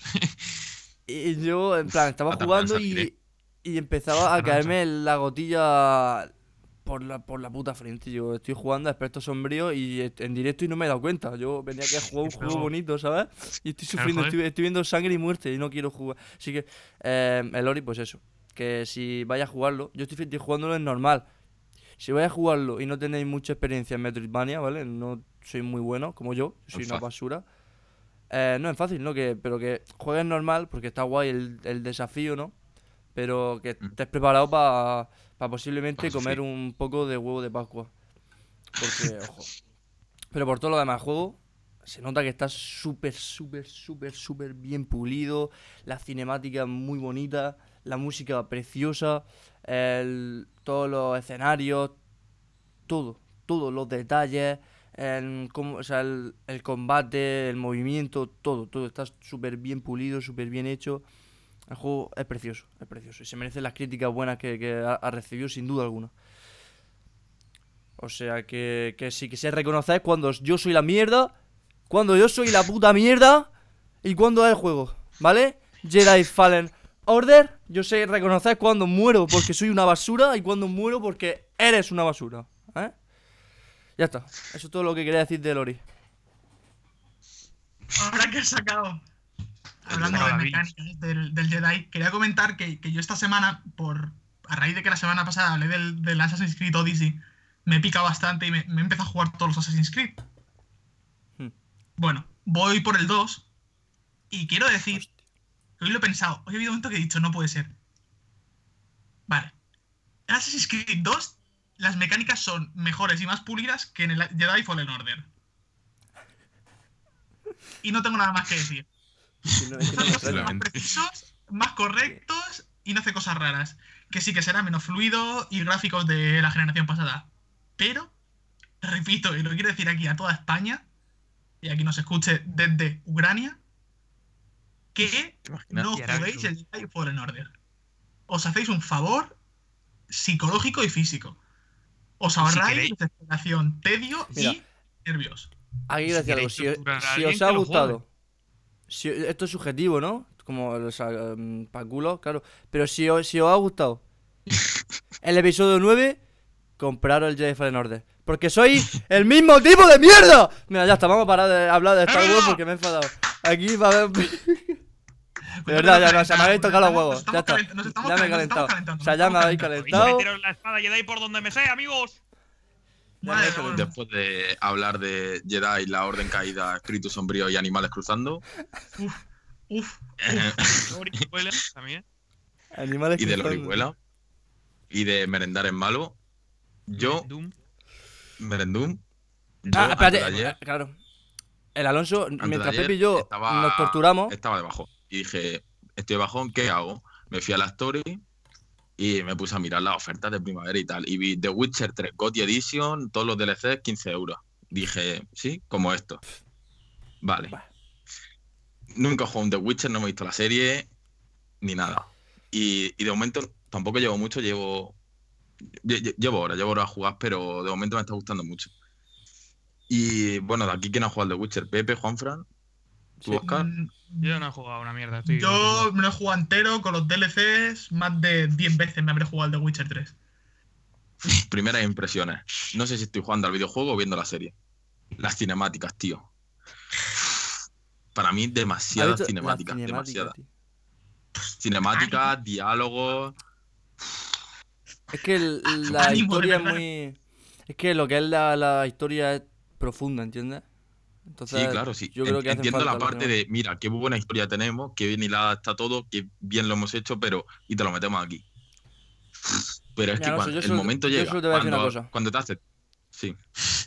Y yo, en plan, estaba Hasta jugando pensar, y, diré. y empezaba a Esperanza. caerme la gotilla por la, por la puta frente. Yo estoy jugando a Experto Sombrío y est- en directo y no me he dado cuenta. Yo venía aquí a jugar un Qué juego feo. bonito, ¿sabes? Y estoy Claro, sufriendo, joder. estoy, estoy viendo sangre y muerte y no quiero jugar. Así que, eh, el Ori, pues eso. Que si vais a jugarlo, yo estoy, estoy jugándolo en normal. Si vais a jugarlo y no tenéis mucha experiencia en Metroidvania, ¿vale? No soy muy bueno, como yo, soy En una fácil. basura. Eh, no es fácil, ¿no? Que, pero que juegues normal, porque está guay el, el desafío, ¿no? Pero que Mm. estés preparado para posiblemente Pa' comer sufrir. un poco de huevo de Pascua. Porque, ojo. Pero por todo lo demás, el juego se nota que está súper, súper, súper, súper bien pulido. La cinemática muy bonita, la música preciosa, el- todos los escenarios, todo, todos los detalles, el, cómo- o sea, el, el combate, el movimiento, todo, todo está súper bien pulido, súper bien hecho. El juego es precioso, es precioso y se merece las críticas buenas que, que ha, ha recibido sin duda alguna. O sea que, que sí, que sé reconocer cuando yo soy la mierda, cuando yo soy la puta mierda y cuando es el juego, ¿vale? Jedi Fallen Order, yo sé reconocer cuando muero porque soy una basura y cuando muero porque eres una basura, ¿eh? Ya está, eso es todo lo que quería decir de Lori. Ahora que has sacado, hablando sacado de la bilis. mecánicas del, del Jedi, quería comentar que, que yo esta semana, por a raíz de que la semana pasada hablé del, del Assassin's Creed Odyssey, me pica bastante y me, me he empezado a jugar todos los Assassin's Creed. Hmm. Bueno, voy por el dos y quiero decir, que hoy lo he pensado, hoy ha habido un momento que he dicho, no puede ser. Vale, en Assassin's Creed dos las mecánicas son mejores y más pulidas que en el Jedi Fallen Order. Y no tengo nada más que decir. Que no- es que no me Son extraña. más Posiblemente. precisos, más correctos y no hace cosas raras. Que sí que será menos fluido y gráficos de la generación pasada. Pero, repito, y lo quiero decir aquí a toda España, y aquí nos escuche desde Ucrania, que ¿Te imaginas? no Y Arabia juguéis el Saudita. Jedi Fallen Order. Os hacéis un favor psicológico y físico. Os si ahorráis queréis- desesperación, tedio Mira. y nervios. Aquí Y quiero si decir algo, queréis si, torturar a si alguien, os ha que lo gustado, si, esto es subjetivo, ¿no? Como, o sea, para culo, claro. Pero si os, si os ha gustado el episodio nueve, compraros el Jedi Fallen Order. Porque sois el mismo tipo de mierda. Mira, ya está, vamos a parar de hablar de Star Wars porque me he enfadado. Aquí va a haber... De verdad, ya no, o sea, me calentar, habéis tocado los nos huevos. estamos Ya está. calent- nos estamos Ya me he calent- nos estamos calentado. calentando, O sea, nos ya me estamos habéis calentando. Podéis calentado. meteros la espada Jedi por donde me sé, amigos. Vale, Ya me he bueno. Después de hablar de Jedi, la Orden Caída, Espíritu Sombrío y Animales Cruzando, Uf, uf. Orihuela también. Animales y de cruzando. Lorihuela, y de Merendar en Malo, yo, Doom. Merendum, yo, Ah, antes espérate. de ayer, eh, Claro. El Alonso, antes de mientras ayer, Pepe y yo estaba, nos torturamos. estaba de bajón. Y dije, estoy de bajón, ¿qué hago? Me fui a la Story y me puse a mirar las ofertas de primavera y tal. Y vi The Witcher tres G O T Y Edition, todos los D L Cs, quince euros. Dije, sí, como esto. Vale. Bah. Nunca he jugado un The Witcher, no me he visto la serie, ni nada. Y, y de momento tampoco llevo mucho, llevo... lle- lle- Llevo horas, llevo horas a jugar, pero de momento me está gustando mucho. Y bueno, de aquí, ¿quién ha jugado al The Witcher? Pepe, Juanfran, tú, Sí. Oscar. Mm, Yo no he jugado una mierda. Estoy Yo me lo he jugado entero con los D L Cs, más de diez veces me habré jugado el The Witcher tres. Primeras impresiones. No sé si estoy jugando al videojuego o viendo la serie. Las cinemáticas, tío. Para mí, ¿Has demasiadas visto cinemáticas. las Demasiadas. tío? Cinemáticas, diálogos. Es que el- la Ánimo, de historia es verdad. muy. Es que lo que es la, la historia es profunda, ¿entiendes? Entonces, Sí, claro, sí. Yo creo En- que hacen Entiendo falta la los parte de, mira, qué buena historia tenemos, qué bien hilada está todo, qué bien lo hemos hecho, pero. Y te lo metemos aquí. Pero es Mira, que Alonso, cuando yo el solo- momento yo llega, solo te voy a decir una cuando, cosa. cuando te hace. Sí.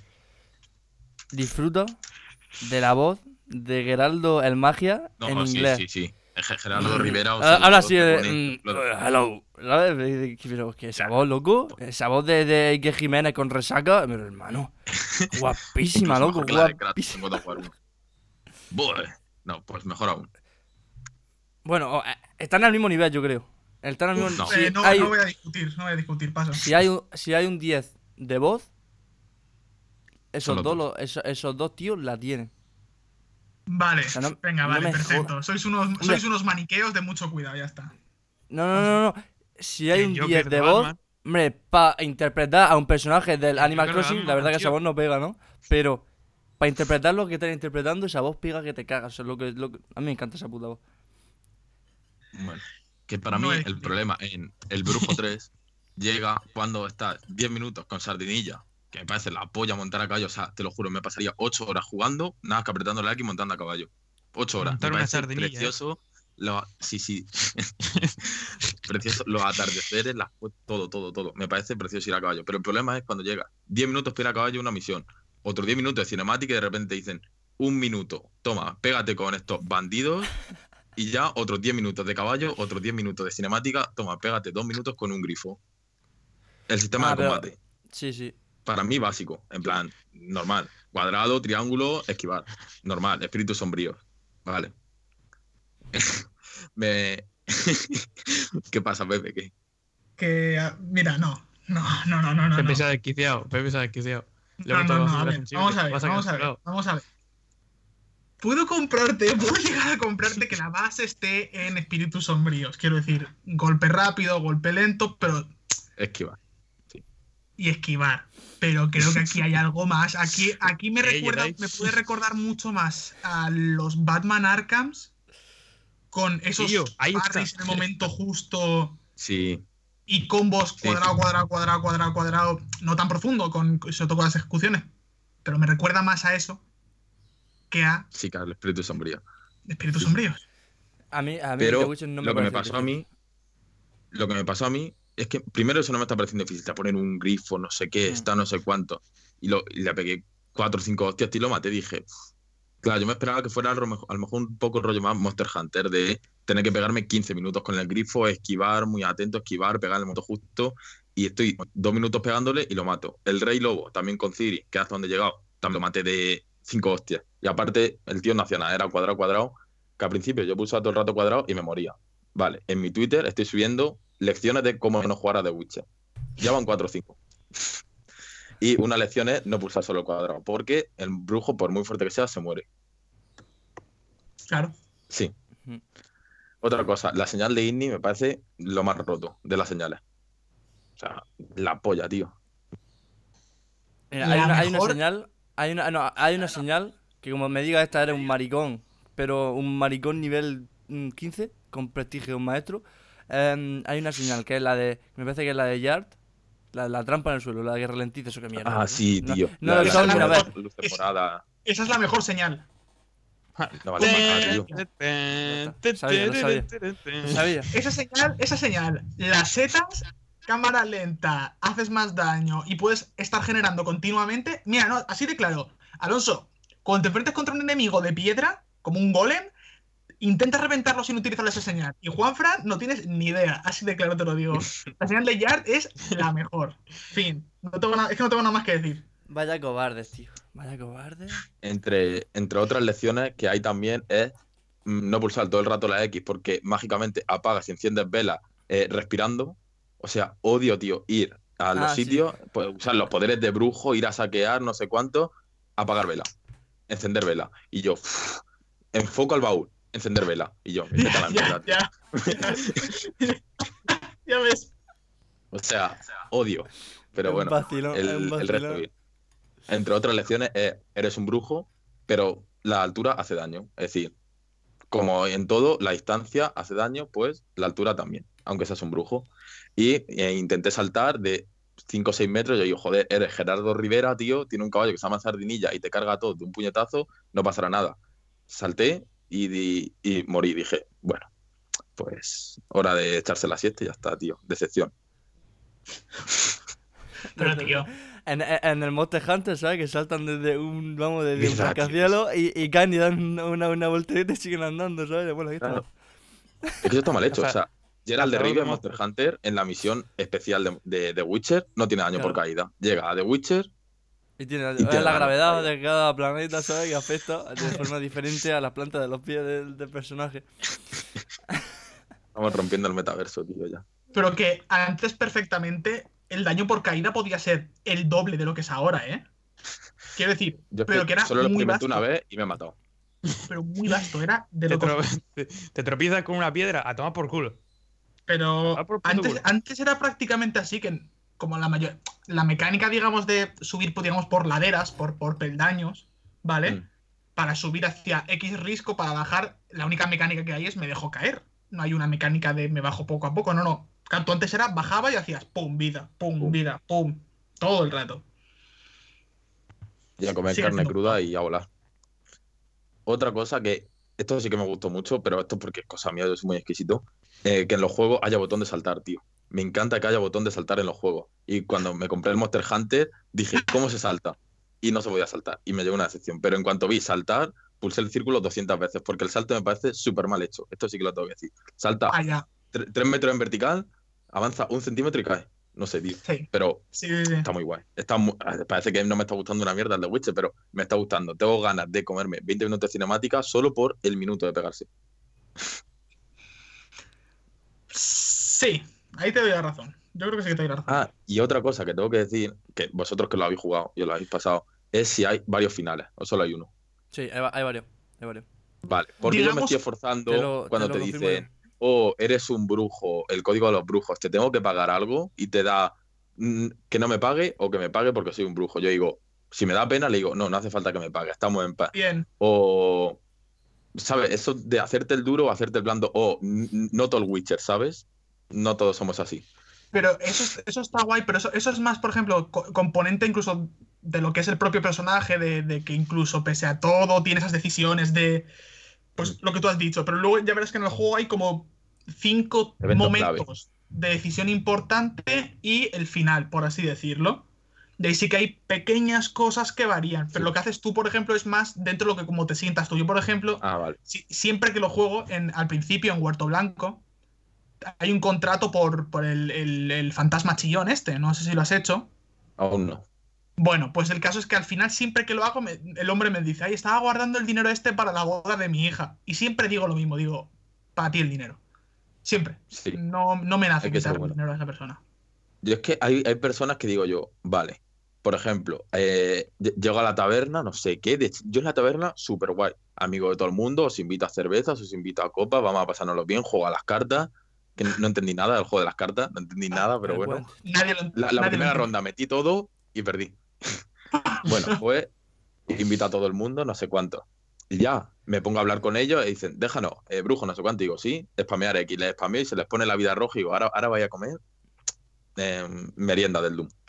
Disfruta de la voz de Geraldo el Magia No, en sí, inglés. sí, sí. Ge- Gerardo Rivera. o Ah, sea, Habla todo así te de. pone mm, ejemplo de- uh, hello. ¿Sabes? Pero que esa voz, loco. Esa voz de, de Ike Jiménez con resaca. Pero hermano. Guapísima, Incluso loco. mejor que la de Kratos Guapísima. en God of War uno. Bueh. No, pues mejor aún. Bueno, o- eh, están al mismo nivel, yo creo. Están al mismo Uf, no. si eh, no, hay, no voy a discutir, no voy a discutir, paso. si hay un, si hay un diez de voz, esos Son los dos, dos. lo- esos, esos dos tíos la tienen. Vale, sea, no- venga, no vale, me perfecto. jodas. Sois unos, Hombre. sois unos maniqueos de mucho cuidado, ya está. No, no, no, no. Si hay El un Joker diez de de voz, Batman. hombre, para interpretar a un personaje del El Animal Joker de Crossing, la Batman, verdad que esa tío. voz no pega, ¿no? Pero para interpretar lo que están interpretando, esa voz pega que te cagas. Eso es lo que, lo que- a mí me encanta esa puta voz. Bueno, que para No mí he el discutido. problema en El Brujo tres llega cuando estás diez minutos con Sardinilla, que me parece la polla montar a caballo. O sea, te lo juro, me pasaría ocho horas jugando, nada que apretando la X y montando a caballo. ocho horas. Montar me una parece sardinilla, ¿eh? precioso. Lo- sí, sí. Precioso. Los atardeceres, las, todo, todo, todo. Me parece precioso ir a caballo. Pero el problema es cuando llega diez minutos para ir a caballo una misión, otros diez minutos de cinemática y de repente te dicen un minuto, toma, pégate con estos bandidos. Y ya otros diez minutos de caballo, otros diez minutos de cinemática. Toma, pégate dos minutos con un grifo. El sistema Ah, de pero- combate, Sí, sí. para mí básico. En plan, normal. Cuadrado, triángulo, esquivar. Normal, espíritu sombrío. Vale. Me... ¿Qué pasa, Pepe? ¿Qué? Que, ah, mira, no. No, no, no, no, no. Pepe no. se ha desquiciado. Pepe se ha desquiciado. Le No, hemos no, tocado no, a fibra ver, sensible. vamos a ver, Vas a vamos a quedar ver, pelado. vamos a ver. Puedo comprarte, puedo llegar a comprarte que la base esté en espíritus sombríos. Quiero decir, golpe rápido, golpe lento, pero. Esquivar. Y esquivar. Pero creo que aquí hay algo más. Aquí, aquí me Eh, recuerda, Jedi. me puede recordar mucho más a los Batman Arkhams con esos Tío, ahí está. parries en el momento justo Sí. y combos Sí, cuadrado, sí. cuadrado, cuadrado, cuadrado, cuadrado, no tan profundo, con, sobre todo con las ejecuciones. Pero me recuerda más a eso que a Sí, claro, el espíritu sombrío. Espíritus Sí. sombríos. A mí, a mí Pero The Witcher no me lo que me parece pasó a difícil. mí, lo que me pasó a mí es que primero eso no me está pareciendo difícil, te poner un grifo, no sé qué, Mm. está no sé cuánto. Y, lo, y le pegué cuatro o cinco hostias y lo maté. Dije, claro, yo me esperaba que fuera a lo mejor, a lo mejor un poco el rollo más Monster Hunter de tener que pegarme quince minutos con el grifo, esquivar, muy atento, esquivar, pegar el momento justo. Y estoy dos minutos pegándole y lo mato. El Rey Lobo, también con Ciri, que hasta donde he llegado, también lo maté de cinco hostias. Y aparte, el tío no hacía nada, era cuadrado, cuadrado, que al principio yo pulsaba todo el rato cuadrado y me moría. Vale, en mi Twitter estoy subiendo lecciones de cómo no jugar a The Witcher. Ya van cuatro o cinco. Y una lección es no pulsar solo el cuadrado, porque el brujo, por muy fuerte que sea, se muere. Claro. Sí. Ujú. Otra cosa, la señal de Igni me parece lo más roto de las señales. O sea, la polla, tío. Mira, La hay, una, hay una mejor- señal, hay una, no, hay una señal que como me diga esta eres un maricón, pero un maricón nivel mm, quince, con prestigio un maestro, em, hay una señal que es la de, me parece que es la de Yard, la, la trampa en el suelo, la que ralentiza, eso que mierda. Ah, ¿no? sí, No, tío. no La- lo he la- usado la ni una mejor. vez. luz temporada. Esa es la mejor señal. No vale más nada, tío. Sabía, lo sabía. Lo sabía. Esa señal, esa señal, las setas, cámara lenta, haces más daño y puedes estar generando continuamente. Mira, no, así de claro. Alonso, cuando te enfrentes contra un enemigo de piedra, como un golem, intenta reventarlo sin utilizar esa señal. Y Juanfran no tienes ni idea, así de claro te lo digo. La señal de Yard es la mejor. Fin. No tengo nada, es que no tengo nada más que decir. Vaya cobardes, tío. Vaya cobardes. Entre, entre otras lecciones que hay también es mm, no pulsar todo el rato la X porque mágicamente apagas y enciendes velas eh, respirando. O sea, odio, tío, ir a los Ah, sí. sitios, pues, usar los poderes de brujo, ir a saquear, no sé cuánto, apagar vela, encender vela. Y yo, uff, enfoco al baúl, encender vela. Y yo, me vete a la mierda, tío. Ya, ya. Ya ves. O sea, odio. Pero Es un bueno, vacilón, es un el, el vacilón. resto bien. Entre otras lecciones es, eres un brujo, pero la altura hace daño. Es decir, como en todo, la distancia hace daño, pues la altura también, aunque seas un brujo. Y eh, intenté saltar de cinco o seis metros. Yo digo, joder, eres Gerardo Rivera, tío, tiene un caballo que se llama Sardinilla y te carga todo de un puñetazo, no pasará nada. Salté y, di- y morí. Dije, bueno, pues hora de echarse la siesta y ya está, tío. Decepción. Pero, tío. En, en- en el Monster Hunter, ¿sabes? Que saltan desde un, vamos, desde un Mira, tío. rascacielos y, y caen y dan una, una, una voltereta y siguen andando, ¿sabes? Bueno, aquí Claro. estamos. Es que eso está mal hecho. O sea, Gerald de Cazador Rivia de en Monster monstruos. Hunter, en la misión especial de, de, de Witcher, no tiene daño por Claro. caída. Llega a The Witcher Y tiene, Y es tiene la daño, gravedad vaya. de cada planeta, ¿sabes? Que afecta de forma diferente a las plantas de los pies del, del personaje. Estamos rompiendo el metaverso, tío, ya. Pero que antes perfectamente el daño por caída podía ser el doble de lo que es ahora, ¿eh? Quiero decir, Yo es pero que era solo lo muy experimenté vasto. una vez y me he matado. Pero muy vasto, era de Te, lo tro- te, te tropiezas con una piedra a tomar por culo. Pero Ah, por puto antes, culo. antes era prácticamente así, que como la mayor. La mecánica, digamos, de subir, pues, digamos, por laderas, por, por peldaños, ¿vale? Mm. Para subir hacia X risco, para bajar, la única mecánica que hay es me dejo caer. No hay una mecánica de me bajo poco a poco, no, no. Claro, tú antes era bajaba y hacías pum, vida, pum, Pum. vida, pum. Todo el rato. Y a comer Sigue carne siendo cruda guapo. y a volar. Otra cosa que, esto sí que me gustó mucho, pero esto porque es cosa mía, yo soy muy exquisito, eh, que en los juegos haya botón de saltar, tío. Me encanta que haya botón de saltar en los juegos. Y cuando me compré el Monster Hunter, dije, ¿cómo se salta? Y no se podía saltar. Y me llevó una decepción. Pero en cuanto vi saltar, pulsé el círculo doscientas veces, porque el salto me parece súper mal hecho. Esto sí que lo tengo que decir. Salta Vaya, tre- tres metros en vertical, avanza un centímetro y cae. No sé, tío. sí. Pero Sí, sí, sí. está muy guay. Está mu- Parece que no me está gustando una mierda el de Witcher, pero me está gustando. Tengo ganas de comerme veinte minutos de cinemática solo por el minuto de pegarse. Sí, ahí te doy la razón. Yo creo que sí que te doy la razón. Ah, y otra cosa que tengo que decir, que vosotros que lo habéis jugado y os lo habéis pasado, es si hay varios finales o solo hay uno. Sí, hay, va- hay varios. Hay varios. Vale, porque yo me Digamos- estoy esforzando Te lo- cuando te te, lo confirmo dicen, oh, eres un brujo, el código de los brujos, te tengo que pagar algo y te da mm, que no me pague o que me pague porque soy un brujo. Yo digo, si me da pena, le digo, no, no hace falta que me pague, estamos en paz. Bien. O, ¿sabes? Eso de hacerte el duro o hacerte el blando, o n- n- no todo el Witcher, ¿sabes? No todos somos así. Pero eso, es- eso está guay, pero eso, eso es más, por ejemplo, co- componente incluso de lo que es el propio personaje, de, de que incluso pese a todo tiene esas decisiones de, pues Mm. lo que tú has dicho, pero luego ya verás que en el juego hay como cinco Eventos momentos de decisión importante y el final, por así decirlo. De ahí sí que hay pequeñas cosas que varían, pero Sí. lo que haces tú, por ejemplo, es más dentro de lo que como te sientas tú. Yo, por ejemplo, Ah, vale. si- siempre que lo juego, en, al principio en Huerto Blanco, hay un contrato por, por el, el- el fantasma chillón este, no sé si lo has hecho. Aún no. Bueno, pues el caso es que al final siempre que lo hago, me- el hombre me dice, ay, estaba guardando el dinero este para la boda de mi hija. Y siempre digo lo mismo, digo, para ti el dinero. Siempre. Sí. No, no me nace Hay que ser quitarle bueno. el dinero a esa persona. Yo es que hay, hay personas que digo yo, vale, por ejemplo, eh, ll- llego a la taberna, no sé qué, de- yo en la taberna, súper guay, amigo de todo el mundo, os invito a cervezas, os invito a copas, vamos a pasárnoslo bien, juego a las cartas, que no entendí nada del juego de las cartas, no entendí nada, pero El bueno. cuento. Nadie lo, La, la nadie lo primera entiende. ronda metí todo y perdí. Bueno, pues invito a todo el mundo, no sé cuánto. Y ya, me pongo a hablar con ellos y dicen, déjanos, eh, brujo, no sé cuánto. Digo, sí, spamear X. Les spameo y se les pone la vida roja y digo, ahora, ahora vaya a comer eh, merienda del Doom.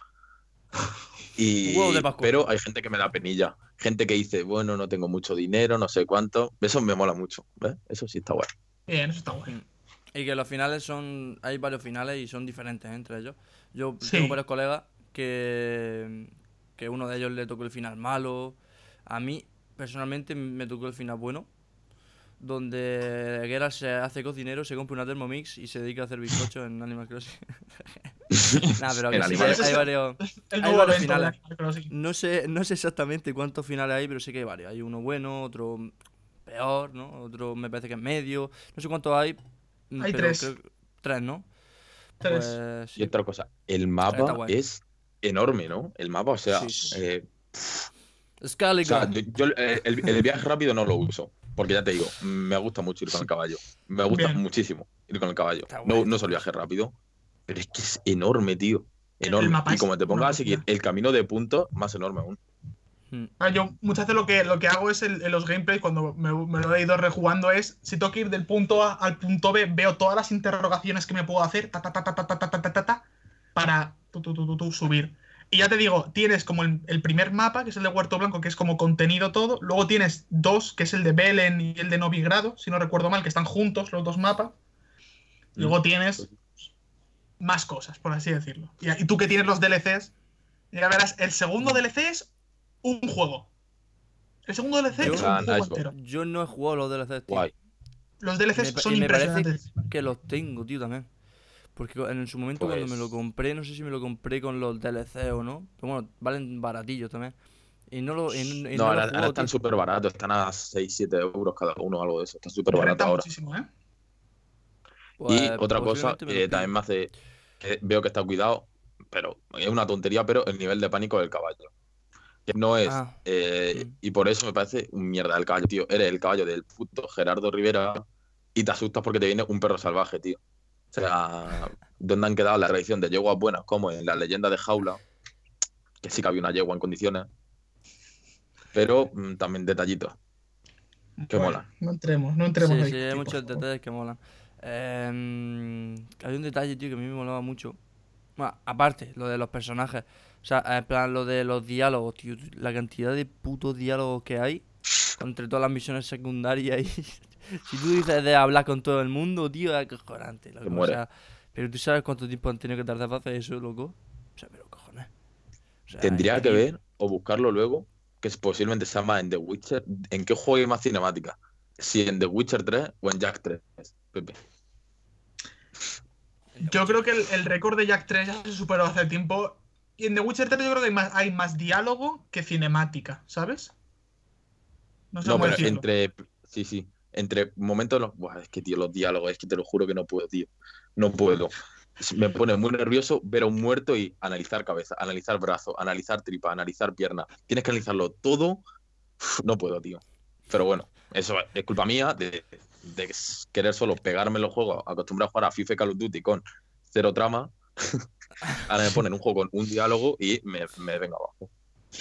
Huevos de Y, Pascua. pero hay gente que me da penilla. Gente que dice, bueno, no tengo mucho dinero, no sé cuánto. Eso me mola mucho, ¿ves? Eso sí está guay. Bien, eso está guay. Mm. Y que los finales son. Hay varios finales y son diferentes entre ellos. Yo Sí. tengo varios colegas que. Que uno de ellos le tocó el final malo. A mí, personalmente, me tocó el final bueno. Donde Geralt se hace cocinero, se compra una Thermomix y se dedica a hacer bizcochos en Animal Crossing. Nah, pero que En sí Animal que hay, hay varios. El Hay nuevo varios evento de finales. Animal Crossing. No sé, no sé exactamente cuántos finales hay, pero sé que hay varios. Hay uno bueno, otro peor, ¿no? Otro me parece que es medio. No sé cuántos hay, mm, Hay pero tres. creo que tres, ¿no? Tres. Pues Y sí, otra cosa, el está mapa guay. es enorme, ¿no? El mapa, o sea, Sí, sí. eh, o Skellige. sea, yo, yo, eh, el, el viaje rápido no lo uso, porque ya te digo, me gusta mucho ir con el caballo. Me gusta Bien. muchísimo ir con el caballo. Está guay, No, está no es el guay. viaje rápido, pero es que es enorme, tío. El Enorme. mapa Y es como te una pongas a seguir locura. el camino de puntos, más enorme aún. Mm. Ah, yo muchas veces lo que, lo que hago es el- en los gameplays, cuando me, me lo he ido rejugando, es si tengo que ir del punto A al punto B, veo todas las interrogaciones que me puedo hacer, ta, ta, ta, ta, ta, ta, ta, ta, ta, ta, para tu, tu, tu, tu, tu, subir. Y ya te digo, tienes como el, el primer mapa, que es el de Huerto Blanco, que es como contenido todo. Luego tienes dos, que es el de Belén y el de Novigrado, si no recuerdo mal, que están juntos los dos mapas. Mm. Luego tienes más cosas, por así decirlo. Y, y tú que tienes los D L Cs, ya verás, el segundo Mm. D L C es un juego. El segundo D L C Yo- es un Plan juego Icebox. entero. Yo no he jugado los D L Cs, tío. Guay. Los Y D L Cs me, pa- son y me parece impresionantes. que los tengo, tío, también. Porque co- en su momento cuando me lo Pues. compré, no sé si me lo compré con los D L C o no. Pero bueno, valen baratillos también. Y no lo, y no, y No, no lo he ahora, ahora jugado, están tío. súper baratos, están a seis siete euros cada uno, algo de eso. Está súper barato Renta ahora. muchísimo, ¿eh? Y Pues otra cosa posiblemente me los que también pille. me hace, que veo que está cuidado, pero es una tontería, pero el nivel de pánico del caballo. Que no es, Ah, eh, mm. y por eso me parece un mierda el caballo, tío. Eres el caballo del puto Gerardo Rivera y te asustas porque te viene un perro salvaje, tío. O sea, ¿dónde han quedado la tradición de yeguas buenas como en la leyenda de Jaula? Que sí que había una yegua en condiciones, pero mm, también detallitos que Bueno, molan. no entremos, no entremos Sí, a sí, hay discutir, por muchos favor. detalles que molan. Em, hay un detalle, tío, que a mí me molaba mucho. Bueno, aparte, lo de los personajes. O sea, en plan, lo de los diálogos, tío. La cantidad de putos diálogos que hay entre todas las misiones secundarias. Y si tú dices de hablar con todo el mundo, tío, es acojonante, Que loco. O muere. sea, pero tú sabes cuánto tiempo han tenido que tardar para hacer eso, loco. O sea, pero cojones. O sea, Tendría que increíble. ver o buscarlo luego, que es posiblemente sea más en The Witcher. ¿En qué juego hay más cinemática? Si en The Witcher tres o en Jack tres, Pepe. Yo creo que el, el récord de Jack tres ya se superó hace tiempo. Y en The Witcher tres yo creo que hay más, hay más diálogo que cinemática, ¿sabes? No sé No, cómo pero decirlo. entre. Sí, sí. Entre momentos. Los, buah, es que, tío, los diálogos, es que te lo juro que no puedo, tío. No puedo. Me pone muy nervioso ver a un muerto y analizar cabeza, analizar brazo, analizar tripa, analizar pierna. Tienes que analizarlo todo. Uf, no puedo, tío. Pero bueno, eso es culpa mía de, de querer solo pegarme en los juegos, acostumbrado a jugar a FIFA y Call of Duty con cero trama. Ahora me ponen un juego con un diálogo y me, me vengo abajo.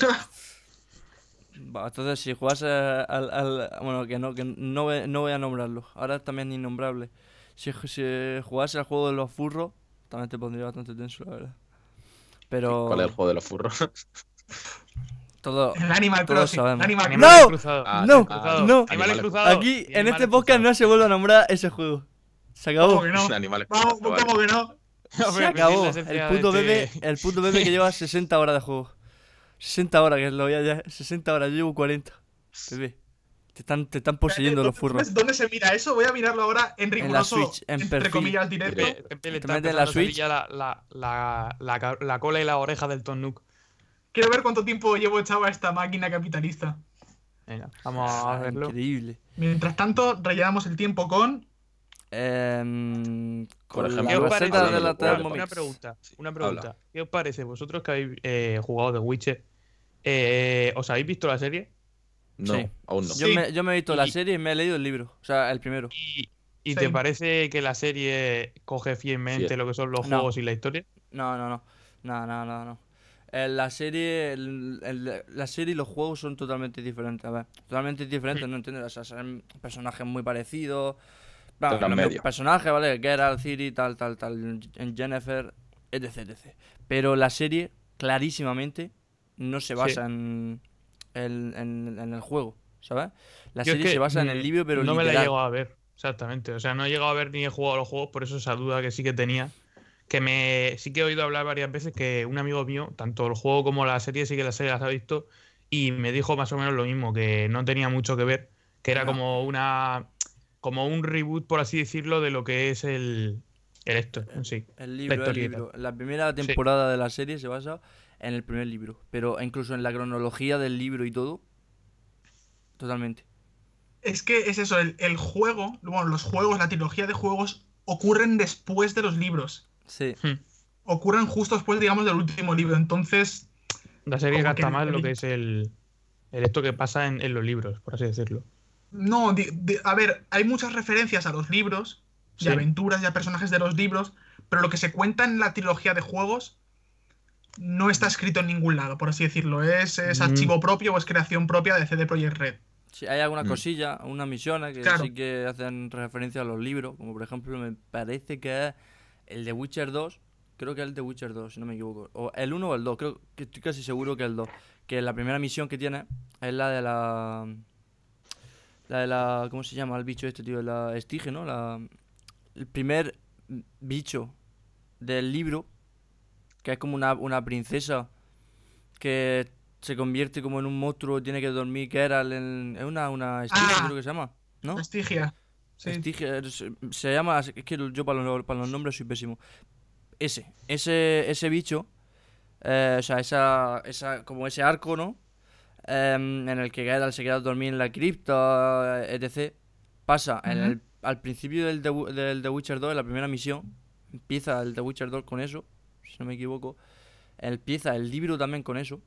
Va, entonces si jugase al, al- bueno, que no, que no voy, no voy a nombrarlo. Ahora también es innombrable. Si, si jugase al juego de los furros, también te pondría bastante tenso, la verdad. ¿Cuál es el Pero juego de los furros? todo, El Animal todos Crossing. el sabemos. Animal Animales Crossing. ¡No! cruzados. Ah, ¡No! Cruzados. ¡No! Animales Animales cruzados. Aquí, y en animales este podcast no cruzados. se vuelve a nombrar ese juego. Se ¿Cómo acabó. que no? Animales Vamos, cruzados, ¿cómo vale. que no? Se Hombre, perdí la acabó. esencia El de puto este- bebé, el puto bebé que lleva sesenta horas de juego. sesenta horas, que lo voy a ya. sesenta horas, yo llevo cuarenta. Bebé. Te están, te están poseyendo los ¿Dónde, furros. dónde se mira eso? Voy a mirarlo ahora en En la riguroso, Switch, en entre perfil. comillas, directo. Pepe, Pepe le Te está metes en la empezando a salir Switch. ya la, la, la, la, ca- la cola y la oreja del Tom Nook. Quiero ver cuánto tiempo llevo echado a esta máquina capitalista. Venga, vamos a Ah, verlo. increíble. Mientras tanto, rellenamos el tiempo con... Em, Por con ejemplo, ¿Qué os la parece? receta de hablando la de juegos de Una, una Thermomix. pregunta, Sí, una habla. pregunta. ¿Qué os parece? Vosotros que habéis eh, jugado The Witcher, eh, ¿os habéis visto la serie? No, Sí. aún no. Yo, Sí. me, yo me he visto la Y- serie y me he leído el libro. O sea, el primero. ¿Y, y Sí. te parece que la serie coge fielmente Fiel. lo que son los No. juegos y la historia? No, no, no. No, no, no, no. Eh, la serie el- el- la serie y los juegos son totalmente diferentes. A ver, totalmente diferentes, Mm. ¿no entiendes? O sea, son personajes muy parecidos. Bueno, Tras los mismos medio. personajes, ¿vale? Geralt, Ciri, tal, tal, tal, en Jennifer, etc, etcétera. Pero la serie, clarísimamente, no se Sí. basa en, en, en- en el juego, ¿sabes? La Yo es serie se que basa en el mm, libro, pero no me la he literal. llegado a ver, exactamente. O sea, no he llegado a ver ni he jugado a los juegos, por eso esa duda que sí que tenía. Que me sí que he oído hablar varias veces que un amigo mío, tanto el juego como la serie, sí que las serie las ha visto, y me dijo más o menos lo mismo, que no tenía mucho que ver, que era No. como una como un reboot, por así decirlo, de lo que es el, el esto en sí, El la libro, el historieta. libro. La primera Sí. temporada de la serie se basa en el primer libro, pero incluso en la cronología del libro y todo, totalmente. Es que es eso, el, el juego, bueno, los juegos, la trilogía de juegos ocurren después de los libros. Sí, Hmm. Ocurren justo después, digamos, del último libro. Entonces, La serie como que capta el- más lo que el- es el, el esto que pasa en, en los libros, por así decirlo. no, di- di- a ver, hay muchas referencias a los libros, de Sí. aventuras y a personajes de los libros, pero lo que se cuenta en la trilogía de juegos no está escrito en ningún lado, por así decirlo. Es, es Mm. archivo propio o es creación propia de C D Projekt Red. sí, hay alguna Mm. cosilla, unas misiones que Claro. sí que hacen referencia a los libros, como por ejemplo me parece que es el de Witcher dos, creo que es el de Witcher dos, si no me equivoco, o el uno o el dos, creo que estoy casi seguro que el dos, que la primera misión que tiene es la de la... La de la... ¿Cómo se llama el bicho este, tío? La estige, ¿no? La, el primer bicho del libro, que es como una, una princesa que se convierte como en un monstruo, tiene que dormir, que era en, es una, una estigia, Ah, creo que se llama, ¿no? Estigia. Sí. Estigia, se, se llama, es que yo para los, para los nombres soy pésimo. Ese, ese, ese bicho, eh, o sea, esa, esa, como ese arco, ¿no? Em, en el que Geralt se queda a dormir en la cripta, etcétera. Pasa en Ujú. el, al principio del The, Wi- del The Witcher dos, en la primera misión, empieza el The Witcher dos con eso, si no me equivoco. Empieza el libro también con eso.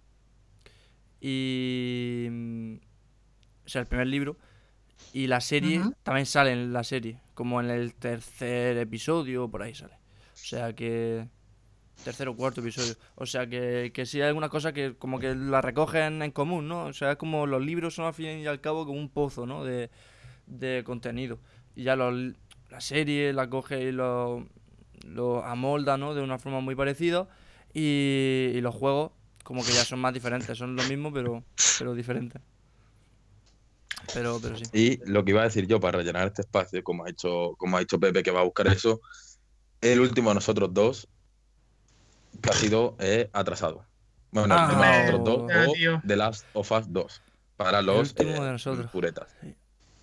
Y... mm, O sea, el primer libro. Y la serie Ujú. también sale en la serie, como en el tercer episodio, por ahí sale. O sea que... Tercer o cuarto episodio. O sea que, que sí hay alguna cosa que como que la recogen en común, ¿no? O sea, es como los libros son al fin y al cabo como un pozo, ¿no? De, de contenido. Y ya los, la serie la coge y lo, lo amolda, ¿no? De una forma muy parecida. Y, y los juegos como que ya son más diferentes. Son lo mismo, pero, pero diferentes. Pero, pero sí. Y lo que iba a decir yo para rellenar este espacio, como ha dicho, como ha dicho Pepe que va a buscar eso, el último de nosotros dos, que ha sido eh, atrasado. Bueno, el último de Ah, nosotros dos o- Ya, o tío. The Last of Us dos, para el los último eh, de nosotros. puretas. Sí.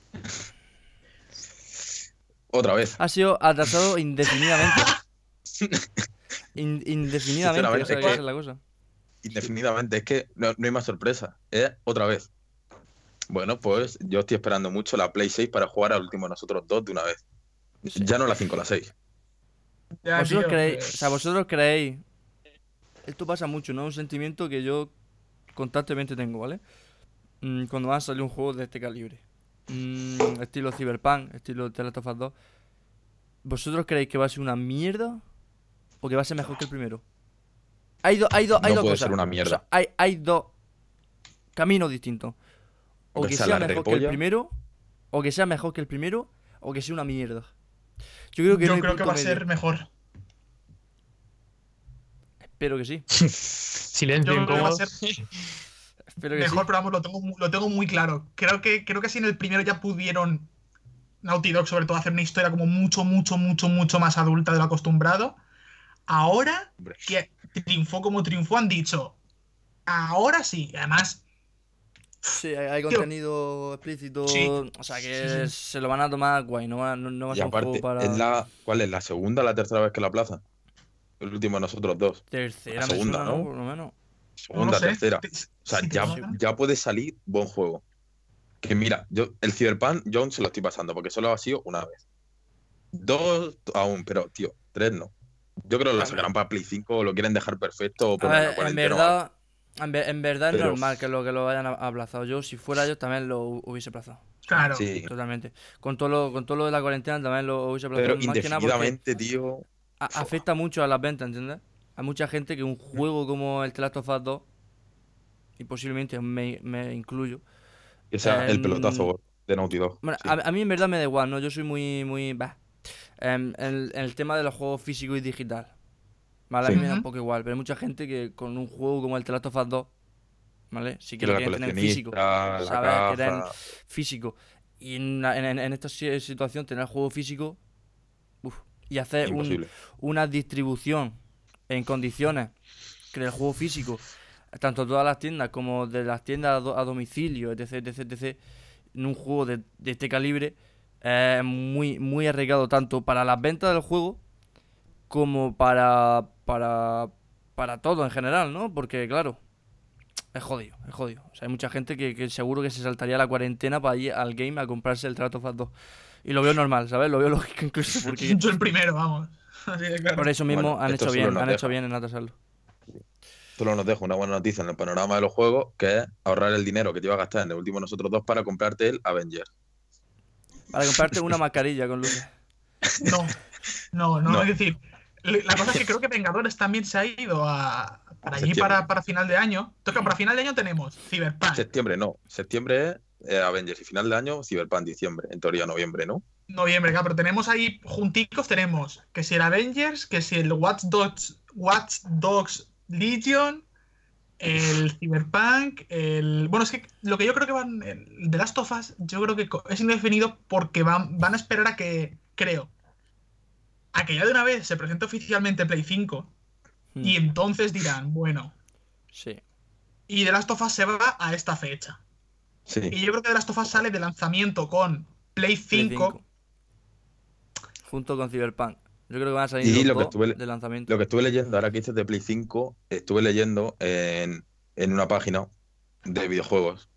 Otra vez. Ha sido atrasado indefinidamente. In- indefinidamente, o Sinceramente, sea es que esa que es la cosa. indefinidamente, es que no, no hay más sorpresa. Es otra vez. Bueno, pues yo estoy esperando mucho la Play seis para jugar al último de nosotros dos de una vez. Sí. Ya no la cinco, la seis. Ya, Vosotros tío. creéis, eh, o sea, vosotros creéis, esto pasa mucho, ¿no? Un sentimiento que yo constantemente tengo, ¿vale? Mm, cuando va a salir un juego de este calibre. Mm, estilo Cyberpunk, estilo The Last of Us dos. ¿Vosotros creéis que va a ser una mierda o que va a ser mejor que el primero? Hay, do- hay, do- hay No dos puede cosas. ser una O mierda. sea, hay, hay dos caminos distintos. O O que que sea sea la mejor que el repolla. primero, o que sea mejor que el primero, o que sea una mierda. Yo creo que no Yo hay creo que punto va a medio. ser mejor. Espero que sí. Silencio Yo creo que va a incómodo. ser Espero que mejor, sí. pero vamos, lo tengo, mu- lo tengo muy claro. Creo que, creo que si en el primero ya pudieron Naughty Dog, sobre todo, hacer una historia como mucho, mucho, mucho, mucho más adulta de lo acostumbrado. Ahora Hombre. que triunfó como triunfó, han dicho, ahora sí. Y además, Sí, hay, hay tío, contenido explícito. sí, O sea sí, que sí. se lo van a tomar guay. No va, no, no va a Y ser un juego aparte, para. es la, ¿cuál es? ¿La segunda o la tercera vez que la plaza? El último de nosotros dos. La Tercera me segunda, suena, ¿no? ¿no? Por lo menos. No lo Segunda, sé. tercera. Te- O sea, si te ya, digo- ya puede salir buen juego. Que mira, yo el Cyberpunk yo aún se lo estoy pasando, porque solo ha sido una vez. Dos aún, pero tío, tres no. Yo creo que A lo ver. sacarán para Play cinco o lo quieren dejar perfecto o A poner la ver, en cuarentena o algo. verdad. En, ve- en verdad es Pero- normal que lo que lo hayan a- aplazado. Yo, si fuera yo, también lo hu- hubiese aplazado. Claro. Sí, Totalmente. Con todo lo, con todo lo de la cuarentena también lo hubiese aplazado. pero Más que nada porque indefinidamente, tío. a- afecta mucho a las ventas, ¿entiendes? hay mucha gente que un juego como el The Last of Us dos, y posiblemente me, me incluyo, Que sea el em, pelotazo de Naughty Dog. bueno, Sí. a, a mí en verdad me da igual, ¿no? Yo soy muy, muy, bah, em, en, el, en el tema de los juegos físico y digital, ¿vale? A mí Sí. me da un Ujú. poco igual, pero hay mucha gente que con un juego como el The Last of Us dos, ¿vale? Sí que Pero lo la quieren tener en físico, coleccionista, la ¿sabes? Quieren caja. físico. Y en, en, en- en esta si- situación, tener el juego físico, uf, y hacer un, Imposible. una distribución en condiciones que el juego físico, tanto todas las tiendas como de las tiendas a, do- a domicilio, etc, etc, etc, en un juego de, de este calibre, es muy, muy arriesgado tanto para las ventas del juego como para, para, para todo en general, ¿no? Porque, claro, es jodido, es jodido. O sea, hay mucha gente que, que seguro que se saltaría la cuarentena para ir al game a comprarse el Trato Fast dos. Y lo veo normal, ¿sabes? Lo veo lógico incluso, porque Yo el primero, vamos. Así de por claro. eso mismo Bueno, han esto hecho solo bien, nos han hecho deja, bien en atrasarlo. solo nos deja una buena noticia en el panorama de los juegos, que es ahorrar el dinero que te iba a gastar en el último nosotros dos para comprarte el Avenger. Para comprarte una mascarilla con luces. No, no, no, es No, decir, le- la cosa es que creo que Vengadores también se ha ido a, para allí septiembre. para, para final de año. Entonces, para final de año tenemos Cyberpunk, Septiembre no. Septiembre es eh, Avengers y final de año Cyberpunk diciembre. En teoría noviembre, ¿no? noviembre, claro, pero tenemos ahí junticos, tenemos que si el Avengers, que si el Watch Dogs, Watch Dogs Legion, el Cyberpunk, el... Bueno, es que lo que yo creo que van... El The Last of Us, yo creo que co- es indefinido porque van, van a esperar a que, creo, a que ya de una vez se presente oficialmente Play cinco Hmm, y entonces dirán, bueno, sí, y The Last of Us se va a esta fecha. Sí. Y yo creo que The Last of Us sale de lanzamiento con Play Play cinco. cinco. Junto con Cyberpunk. Yo creo que van a salir Y los lo que dos estuve, de lanzamiento. lo que estuve leyendo, ahora que dices de Play cinco, estuve leyendo en, en una página de videojuegos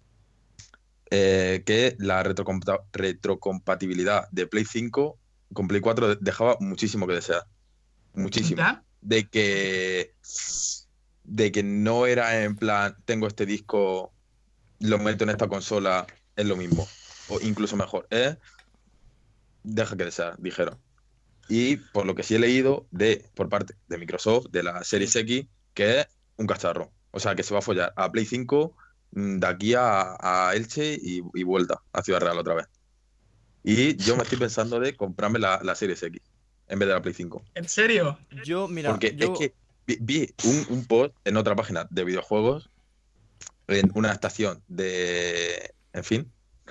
eh, que la retrocompa- retrocompatibilidad de Play cinco con Play cuatro dejaba muchísimo que desear. En Muchísimo. plan, De que, de que no era en plan, tengo este disco, lo meto en esta consola, es lo mismo. O incluso mejor. ¿Eh? Deja que desear, dijeron. Y por lo que sí he leído de, por parte de Microsoft, de la Series Sí. X, que es un cacharro. O sea, que se va a follar a Play cinco mm, de aquí a, a Elche y, y vuelta a Ciudad Real otra vez. Y yo me estoy pensando de comprarme la, la Series X en vez de la Play cinco. ¿en serio? Yo, mira, Porque es yo. que vi, vi un, un post en otra página de videojuegos, en una estación de, en fin,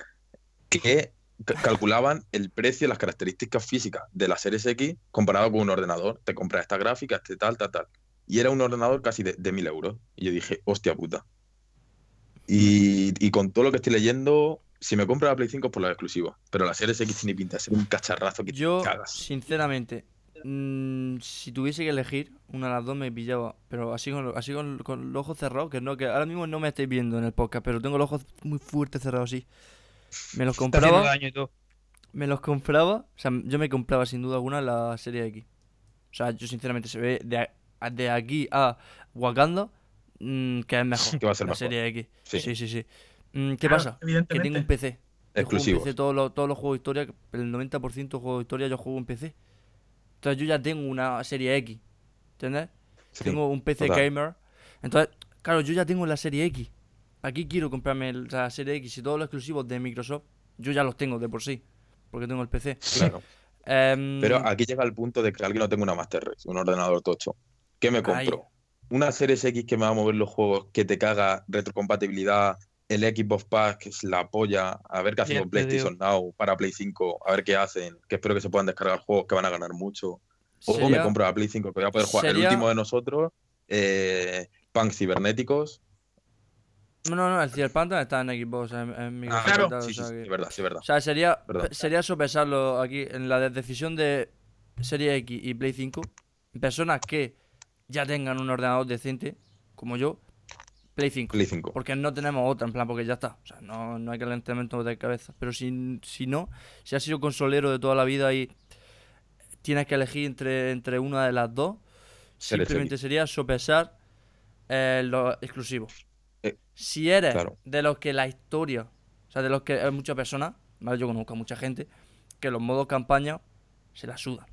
que ca- calculaban el precio, las características físicas de la Series X comparado con un ordenador. Te compras esta gráfica, este tal, tal, tal. Y era un ordenador casi de, de mil euros. Y yo dije, hostia puta. Y, y con todo lo que estoy leyendo, si me compro la Play cinco es por los exclusivos. Pero la Series X tiene pinta de ser un cacharrazo que te Yo, cagas. sinceramente, mm, si tuviese que elegir, una de las dos me pillaba. Pero así con, lo- así con, con los ojos cerrados, que no, que ahora mismo no me estáis viendo en el podcast, pero tengo los ojos muy fuertes cerrados así. Me los Está haciendo compraba, daño y todo. me los compraba, o sea, yo me compraba sin duda alguna la serie X. O sea, yo sinceramente se ve de, a- de aquí a Wakanda, mm, que es mejor, Que va a ser la mejor. serie X. Sí, Sí, sí, sí. Mm, ¿qué Claro, pasa? Que tengo un evidentemente. P C. Yo juego en P C exclusivos. todos los, todos los juegos de historia, el noventa por ciento de juegos de historia yo juego en P C. Entonces yo ya tengo una serie X, ¿entiendes? Sí, Tengo un P C total. gamer. Entonces, claro, yo ya tengo la serie X. Aquí quiero comprarme el- la serie X y todos los exclusivos de Microsoft, yo ya los tengo de por sí, porque tengo el P C. Claro. Em, Pero aquí llega el punto de que alguien no tenga una Master Race, un ordenador tocho. ¿Qué me ahí. compro? Una Series X que me va a mover los juegos, que te caga, retrocompatibilidad, el Xbox Pass, que es la polla, a ver qué hacen Ya con te digo. PlayStation Now para Play cinco, a ver qué hacen, que espero que se puedan descargar juegos que van a ganar mucho. O me Sería, compro la Play cinco que voy a poder jugar el sería, último de nosotros, eh, Punk Cibernéticos. no, no, el Cyberpunk también está en Xbox, en, en Microsoft y Claro. tal, o Sí, sí, sea sí, que... es verdad, sí, es verdad. O sea, sería, Perdón. sería sopesarlo aquí en la de- decisión de Serie X y Play cinco. Personas que ya tengan un ordenador decente, como yo, Play cinco. Play cinco. Porque no tenemos otra, en plan, porque ya está. O sea, no, no hay calentamiento de cabeza. Pero si, si no, si has sido consolero de toda la vida y tienes que elegir entre, entre una de las dos, Series simplemente X. sería sopesar eh, los exclusivos. Eh, Si eres claro. de los que la historia, o sea, de los que hay muchas personas, ¿vale? Yo conozco a mucha gente, que los modos campaña se la sudan.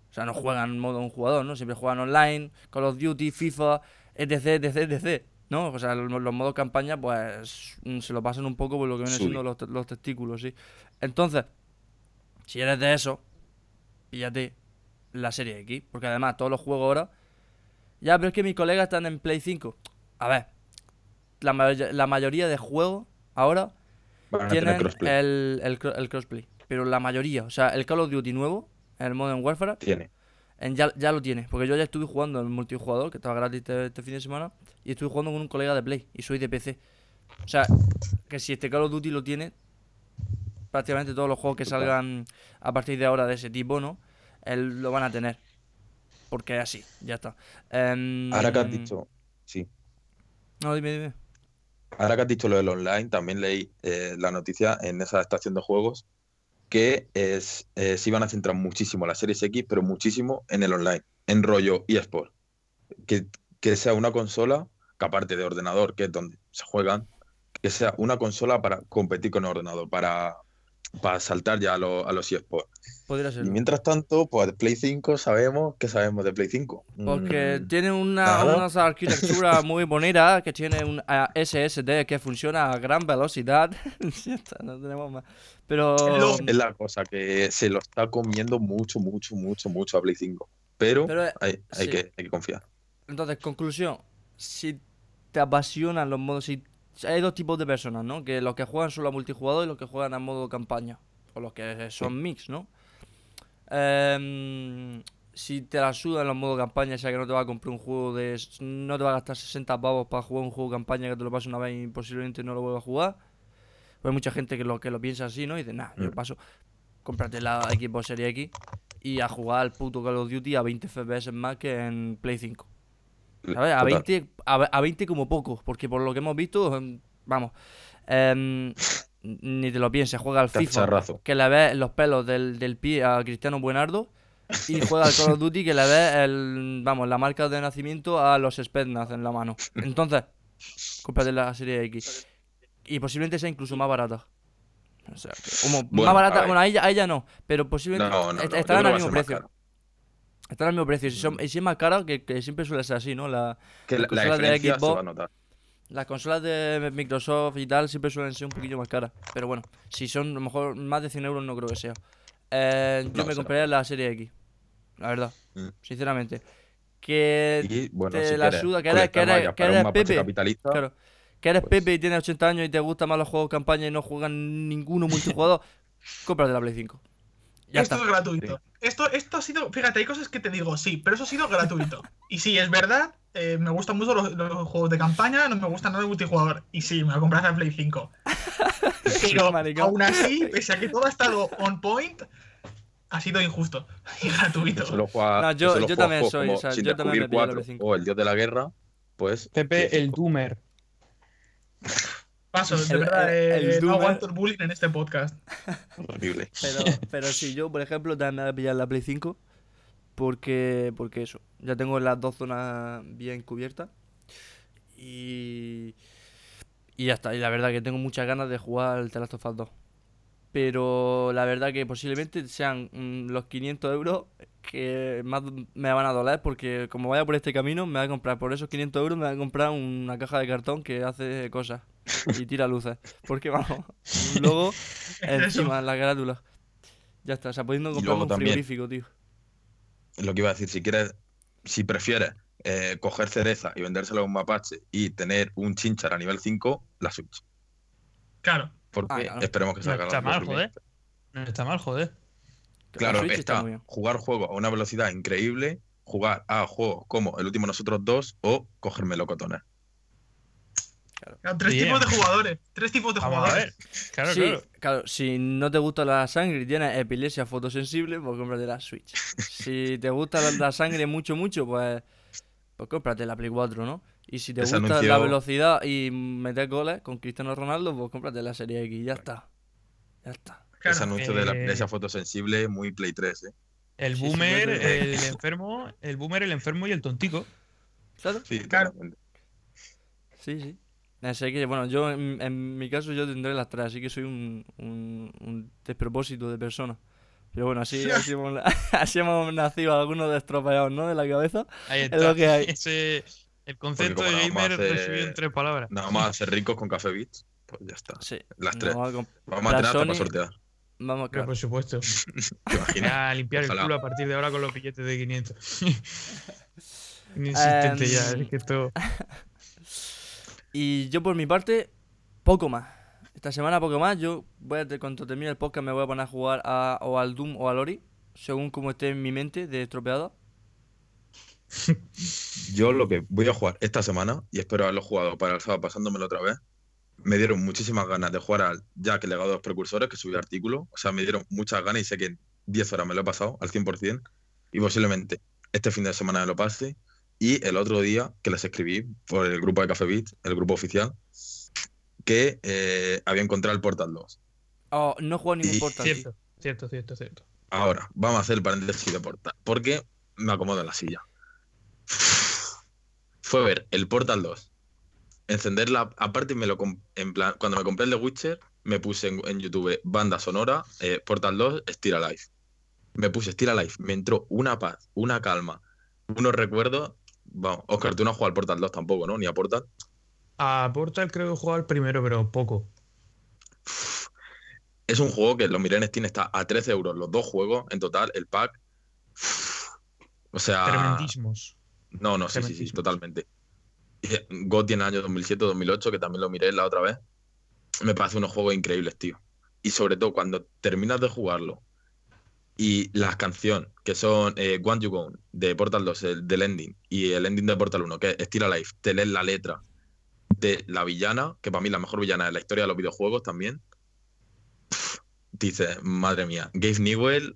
O sea, no juegan en modo un jugador, ¿no? Siempre juegan online, Call of Duty, FIFA, etc, etc, etc, ¿no? O sea, los, los modos campaña, pues, mm, se lo pasan un poco por lo que vienen Sí. siendo los, te- los testículos, sí. Entonces, si eres de eso, píllate la serie X, porque además todos los juegos ahora... Ya, pero es que mis colegas están en Play cinco. A ver, la, may- la mayoría de juegos ahora Van a tener tienen crossplay. el, el, cro- el crossplay. Pero la mayoría, o sea, el Call of Duty nuevo, el Modern Warfare, Tiene. en ya, ya lo tiene. Porque yo ya estuve jugando en el multijugador, que estaba gratis este, este fin de semana, y estuve jugando con un colega de Play, y soy de P C. O sea, que si este Call of Duty lo tiene, prácticamente todos los juegos que Total. salgan a partir de ahora de ese tipo, ¿no? Él lo van a tener. Porque es así, ya está. Em, Ahora que has dicho, sí. No, dime, dime. Ahora que has dicho lo del online, también leí eh, la noticia en esa estación de juegos que es, eh, se iban a centrar muchísimo la Series X, pero muchísimo en el online, en rollo eSport. Que, que sea una consola, que aparte de ordenador, que es donde se juegan, que sea una consola para competir con el ordenador, para, para saltar ya a, lo- a los eSports. Podría Y serlo. mientras tanto, pues de Play cinco sabemos, ¿qué sabemos de Play cinco? Porque Mm, tiene una, nada. una arquitectura muy bonita, que tiene un ah, S S D que funciona a gran velocidad. Ya está, no tenemos más. Pero, El logo. Es la cosa que se lo está comiendo mucho, mucho, mucho, mucho a Play cinco. Pero, pero eh, hay, hay sí. que, hay que confiar. Entonces, conclusión. Si te apasionan los modos... Si, si hay dos tipos de personas, ¿no? Que los que juegan solo a multijugador y los que juegan a modo campaña. O los que son Sí. mix, ¿no? Em, si te la sudan los modos campaña, o sea que no te vas a comprar un juego de... No te vas a gastar sesenta pavos para jugar un juego campaña que te lo pases una vez y posiblemente no lo vuelvas a jugar. Pues hay mucha gente que lo, que lo piensa así, ¿no? Y dice, nah, yo Mm. paso, cómprate la Xbox Series X y a jugar al puto Call of Duty a veinte F P S más que en Play cinco. ¿Sabes? A Total. veinte, a, ve- a veinte como poco, porque por lo que hemos visto, em, vamos, em, ni te lo pienses, juega al FIFA, Cacharrazo. que le ves los pelos del, del pie a Cristiano Buenardo, y juega al Call of Duty que le ves el, vamos, la marca de nacimiento a los Spetsnaz en la mano. Entonces, cómprate la serie X. Y posiblemente sea incluso más barata. O sea, que- como Bueno, más a barata, ver. bueno, a ella, a ella no, pero posiblemente No, no, no. est- Yo estarán creo al que va mismo a ser más precio. caro. Estarán al mismo precio. Si, son, Mm. y si es más caro, que, que siempre suele ser así, ¿no? La, Que las la, la consolas de diferencia se va a Xbox, notar. las consolas de Microsoft y tal siempre suelen ser un poquillo más caras. Pero bueno, si son a lo mejor más de cien euros, no creo que sea. Eh, yo No, me será. compraría la serie X, la verdad, Mm. sinceramente. Que Y bueno, te si la quieres suda, que eres, que colectar eres, vallas que para un eres mapache Pepe. capitalista, Claro. Que eres pues Pepe y tienes ochenta años y te gustan más los juegos campaña y no juegan ninguno multijugador, cómprate la Play cinco. Ya Esto está. es gratuito. Sí. Esto, esto ha sido. Fíjate, hay cosas que te digo, sí, pero eso ha sido gratuito. Y sí, es verdad, eh, me gustan mucho los, los juegos de campaña, no me gustan nada el multijugador. Y sí, me voy a comprar la Play cinco. Pero Maricón. aún así, pese a que todo ha estado on point, ha sido injusto y que gratuito. solo juega, No, que yo- solo yo juega también juegos soy, como o sea, Sin yo también Descubrir me pillo la cuatro Play cinco. o El Dios de la Guerra, pues Pepe, Play el cinco. Doomer. Paso, de El- verdad, el- el eh, no Doomer. aguanto el bullying en este podcast. Horrible. Pero, pero sí, yo, por ejemplo, también me voy a pillar la Play cinco. Porque, porque eso, ya tengo las dos zonas bien cubiertas. Y, y ya está. Y la verdad que tengo muchas ganas de jugar al The Last of Us dos. Pero la verdad que posiblemente sean mm, los quinientos euros que más me van a doler. Porque como vaya por este camino, me voy a comprar, por esos quinientos euros, me voy a comprar una caja de cartón que hace cosas y tira luces. Porque vamos, un logo encima en la carátula. Ya está, o sea, pudiendo Y comprarme luego un también, frigorífico, tío. lo que iba a decir, si quieres, si prefieres eh, coger cereza y vendérselo a un mapache y tener un chinchar a nivel cinco, la Switch. Claro. Porque Ah, claro. esperemos que No salga está lo mal, primero. joder. No está mal, joder. La Claro, Switch está está muy bien. jugar juegos a una velocidad increíble, jugar a juegos como El Último Nosotros dos o cogerme locotones. Claro, tres Bien. tipos de jugadores. Tres tipos de Vamos a jugadores. ver. Claro, Sí, claro. claro, si no te gusta la sangre y tienes epilepsia fotosensible, pues cómprate la Switch. Si te gusta la, la sangre mucho, mucho, pues, pues cómprate la Play cuatro, ¿no? Y si te Ese gusta anuncio- la velocidad y meter goles con Cristiano Ronaldo, pues cómprate la Serie X, ya está. Ya está. Claro. Ese anuncio de la Eh, epilepsia fotosensible muy Play tres, ¿eh? El Sí, sí, boomer, puede ser. el enfermo, el boomer, el enfermo y el tontico. Claro, Sí, Claro. totalmente. sí, sí. Así que, bueno, yo en, en mi caso yo tendré las tres, así que soy un, un, un despropósito de persona. Pero bueno, así, así, hemos, así hemos nacido algunos destropeados, ¿no? De la cabeza. Ahí Es está. lo que hay. Ese, el Porque concepto como de nada más gamer resumido en hacer, tres palabras. nada más hacer ricos con Café Beats, pues ya está. Sí. Las Nos tres. vamos a Vamos a comprar tener hasta para Sony. sortear. Vamos, Pero claro. por supuesto. ¿Te imaginas? A limpiar el Ojalá. culo a partir de ahora con los billetes de quinientos. Inexistente ya, Em, es que esto. Y yo por mi parte, poco más. Esta semana poco más. Yo voy a, cuando termine el podcast me voy a poner a jugar a, o al Doom o al Ori, según como esté en mi mente de estropeada. Yo lo que voy a jugar esta semana, y espero haberlo jugado para el sábado pasándomelo otra vez, me dieron muchísimas ganas de jugar al Jack, el legado de los precursores, que subí artículo. O sea, me dieron muchas ganas y sé que en diez horas me lo he pasado al cien por ciento. Y posiblemente este fin de semana me lo pase. Y el otro día que les escribí por el grupo de Café Beat, el grupo oficial, que eh, había encontrado el Portal dos. Oh, no he jugado ningún Y- Portal, tío. Cierto, cierto, cierto, cierto. Ahora, vamos a hacer el paréntesis de Portal, porque me acomodo en la silla. Fue ver el Portal dos, encender la... Aparte, me lo comp- en plan, cuando me compré el de Witcher, me puse en, en YouTube banda sonora, eh, Portal dos, Still Alive. Me puse Still Alive, me entró una paz, una calma, unos recuerdos. Vamos, Oscar, tú no has jugado al Portal dos tampoco, ¿no? Ni a Portal. A Portal creo que he jugado el primero, pero poco. Es un juego que lo miré en Steam, está a trece euros los dos juegos en total, el pack. O sea, Tremendísimos. no, no, sí, sí, sí, Tremendísimos. totalmente. G O T Y en el año dos mil siete dos mil ocho, que también lo miré la otra vez. Me parece unos juegos increíbles, tío. Y sobre todo cuando terminas de jugarlo y las canciones, que son eh, One You Gone, de Portal dos, el del ending, y el ending de Portal uno, que es Still Alive, te lees la letra de la villana, que para mí la mejor villana de la historia de los videojuegos también. Dices, madre mía, Gabe Newell,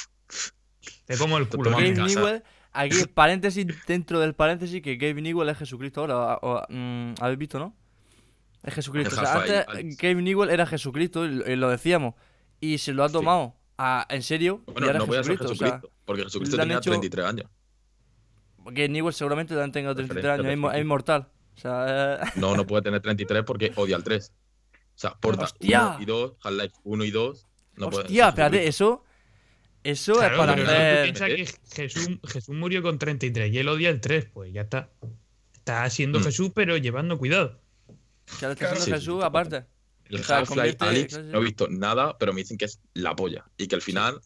Te como el Te culo. toma mi Gabe tío. casa. Newell, aquí paréntesis dentro del paréntesis, que Gabe Newell es Jesucristo ahora. o- o, mm, ¿habéis visto, no? Es Jesucristo. O sea, Half-Life antes Alyx. Gabe Newell era Jesucristo y, lo- y lo decíamos. Y se lo ha Sí. tomado a, en serio. y Bueno, ahora no es voy a ser Jesucristo. Jesucristo, O sea, porque Jesucristo le han tenía hecho- treinta y tres años. Gabe Newell seguramente también tenga treinta y tres Referencia años. Es, mo- es perfecta. inmortal. O sea, eh, No, no puede tener treinta y tres porque odia al tres. O sea, Portal ¡Hostia! uno y dos, Half-Life uno y dos, no puede hostia, ser espérate, Jesucristo. eso. Eso Claro, es para pero hacer- si tú hacer. piensas que Jesús, Jesús murió con treinta y tres y él odia el tres, pues ya está. Está siendo Mm. Jesús, pero llevando cuidado. Que lo está Claro. haciendo Sí, sí, Jesús sí, aparte. El O sea, Half-Life convierte- Alyx claro, sí. no he visto nada, pero me dicen que es la polla. Y que al final,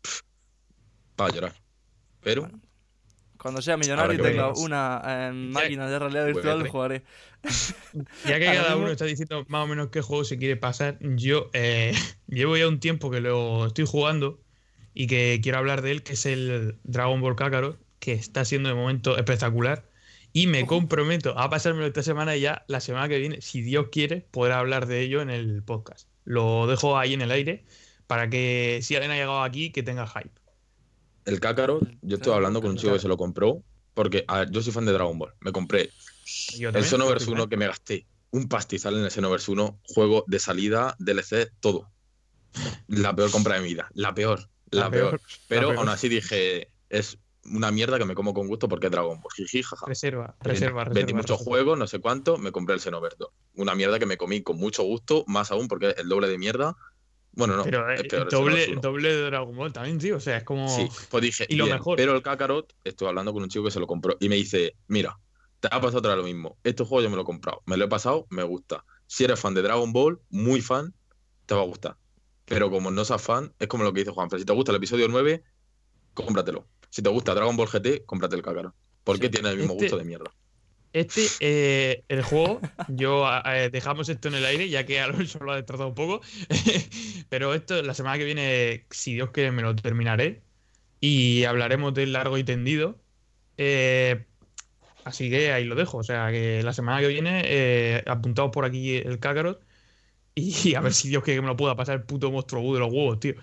para llorar. Pero, Bueno, Cuando sea millonario y Habrá que tenga verlo. una eh, máquina de realidad V virtual, lo tres. jugaré. Ya que Ahora cada mismo- uno está diciendo más o menos qué juego se quiere pasar, yo eh, llevo ya un tiempo que lo estoy jugando y que quiero hablar de él, que es el Dragon Ball Kakarot, que está siendo de momento espectacular. Y me comprometo a pasármelo esta semana y ya la semana que viene, si Dios quiere, poder hablar de ello en el podcast. Lo dejo ahí en el aire para que si alguien ha llegado aquí, que tenga hype. el Kakarot, yo estoy hablando con un chico que se lo compró, porque a ver, yo soy fan de Dragon Ball. Me compré Yo el también, Xenoverse yo soy uno, fan. que me gasté un pastizal en el Xenoverse uno, juego de salida, D L C, todo. La peor compra de mi vida, la peor, la, peor. Pero peor. aún así dije, es una mierda que me como con gusto porque es Dragon Ball. Jiji, jaja. Reserva, reserva, reserva. Vendí muchos reserva. juegos, no sé cuánto, me compré el Xenoverse dos. Una mierda que me comí con mucho gusto, más aún porque es el doble de mierda. Bueno, no, Pero es eh, peor, el doble, Xenoverse uno. doble de Dragon Ball también, tío. O sea, es como. Sí, pues dije, Y lo bien, mejor. pero el Kakarot, estoy hablando con un chico que se lo compró y me dice, mira, te ha pasado otra vez lo mismo. Este juego yo me lo he comprado, me lo he pasado, me gusta. Si eres fan de Dragon Ball, muy fan, te va a gustar. Pero como no seas fan, es como lo que dice Juanfran. Si te gusta el episodio nueve, cómpratelo. Si te gusta Dragon Ball G T, cómprate el Kakarot. Porque Sí. tiene el mismo Este- gusto de mierda. Este, eh, el juego, yo eh, dejamos esto en el aire, ya que Alonso lo ha destrozado un poco. Pero esto, la semana que viene, si Dios quiere, me lo terminaré. Y hablaremos del largo y tendido. Eh, así que ahí lo dejo. O sea, que la semana que viene, eh, apuntaos por aquí el Kakarot. Y a ver si Dios quiere que me lo pueda pasar el puto monstruo Buu de los huevos, tío.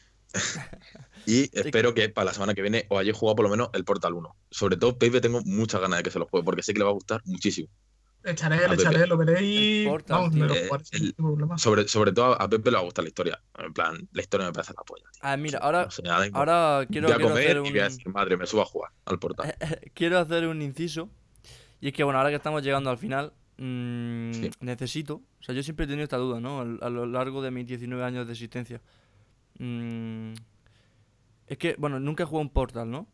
Y espero que para la semana que viene os hayáis jugado por lo menos el Portal uno. Sobre todo, Pepe, tengo muchas ganas de que se lo juegue, porque sé que le va a gustar muchísimo. Le echaré, A le Pepe. echaré, lo veré y. El Portal, Vamos, tío. me lo Eh, jugaré sin el- ningún problema. Sobre, sobre todo a Pepe le va a gustar la historia. En plan, la historia me parece la polla, tío. Ah, mira, Sí, ahora, no sé, ahora mismo ahora quiero, voy a quiero comer hacer y voy a un, decir, madre, me subo a jugar al Portal. quiero hacer un inciso. Y es que, bueno, ahora que estamos llegando al final, mm, Sí. necesito. O sea, yo siempre he tenido esta duda, ¿no? A, a lo largo de mis diecinueve años de existencia. Mm, Es que, bueno, nunca he jugado un Portal, ¿no?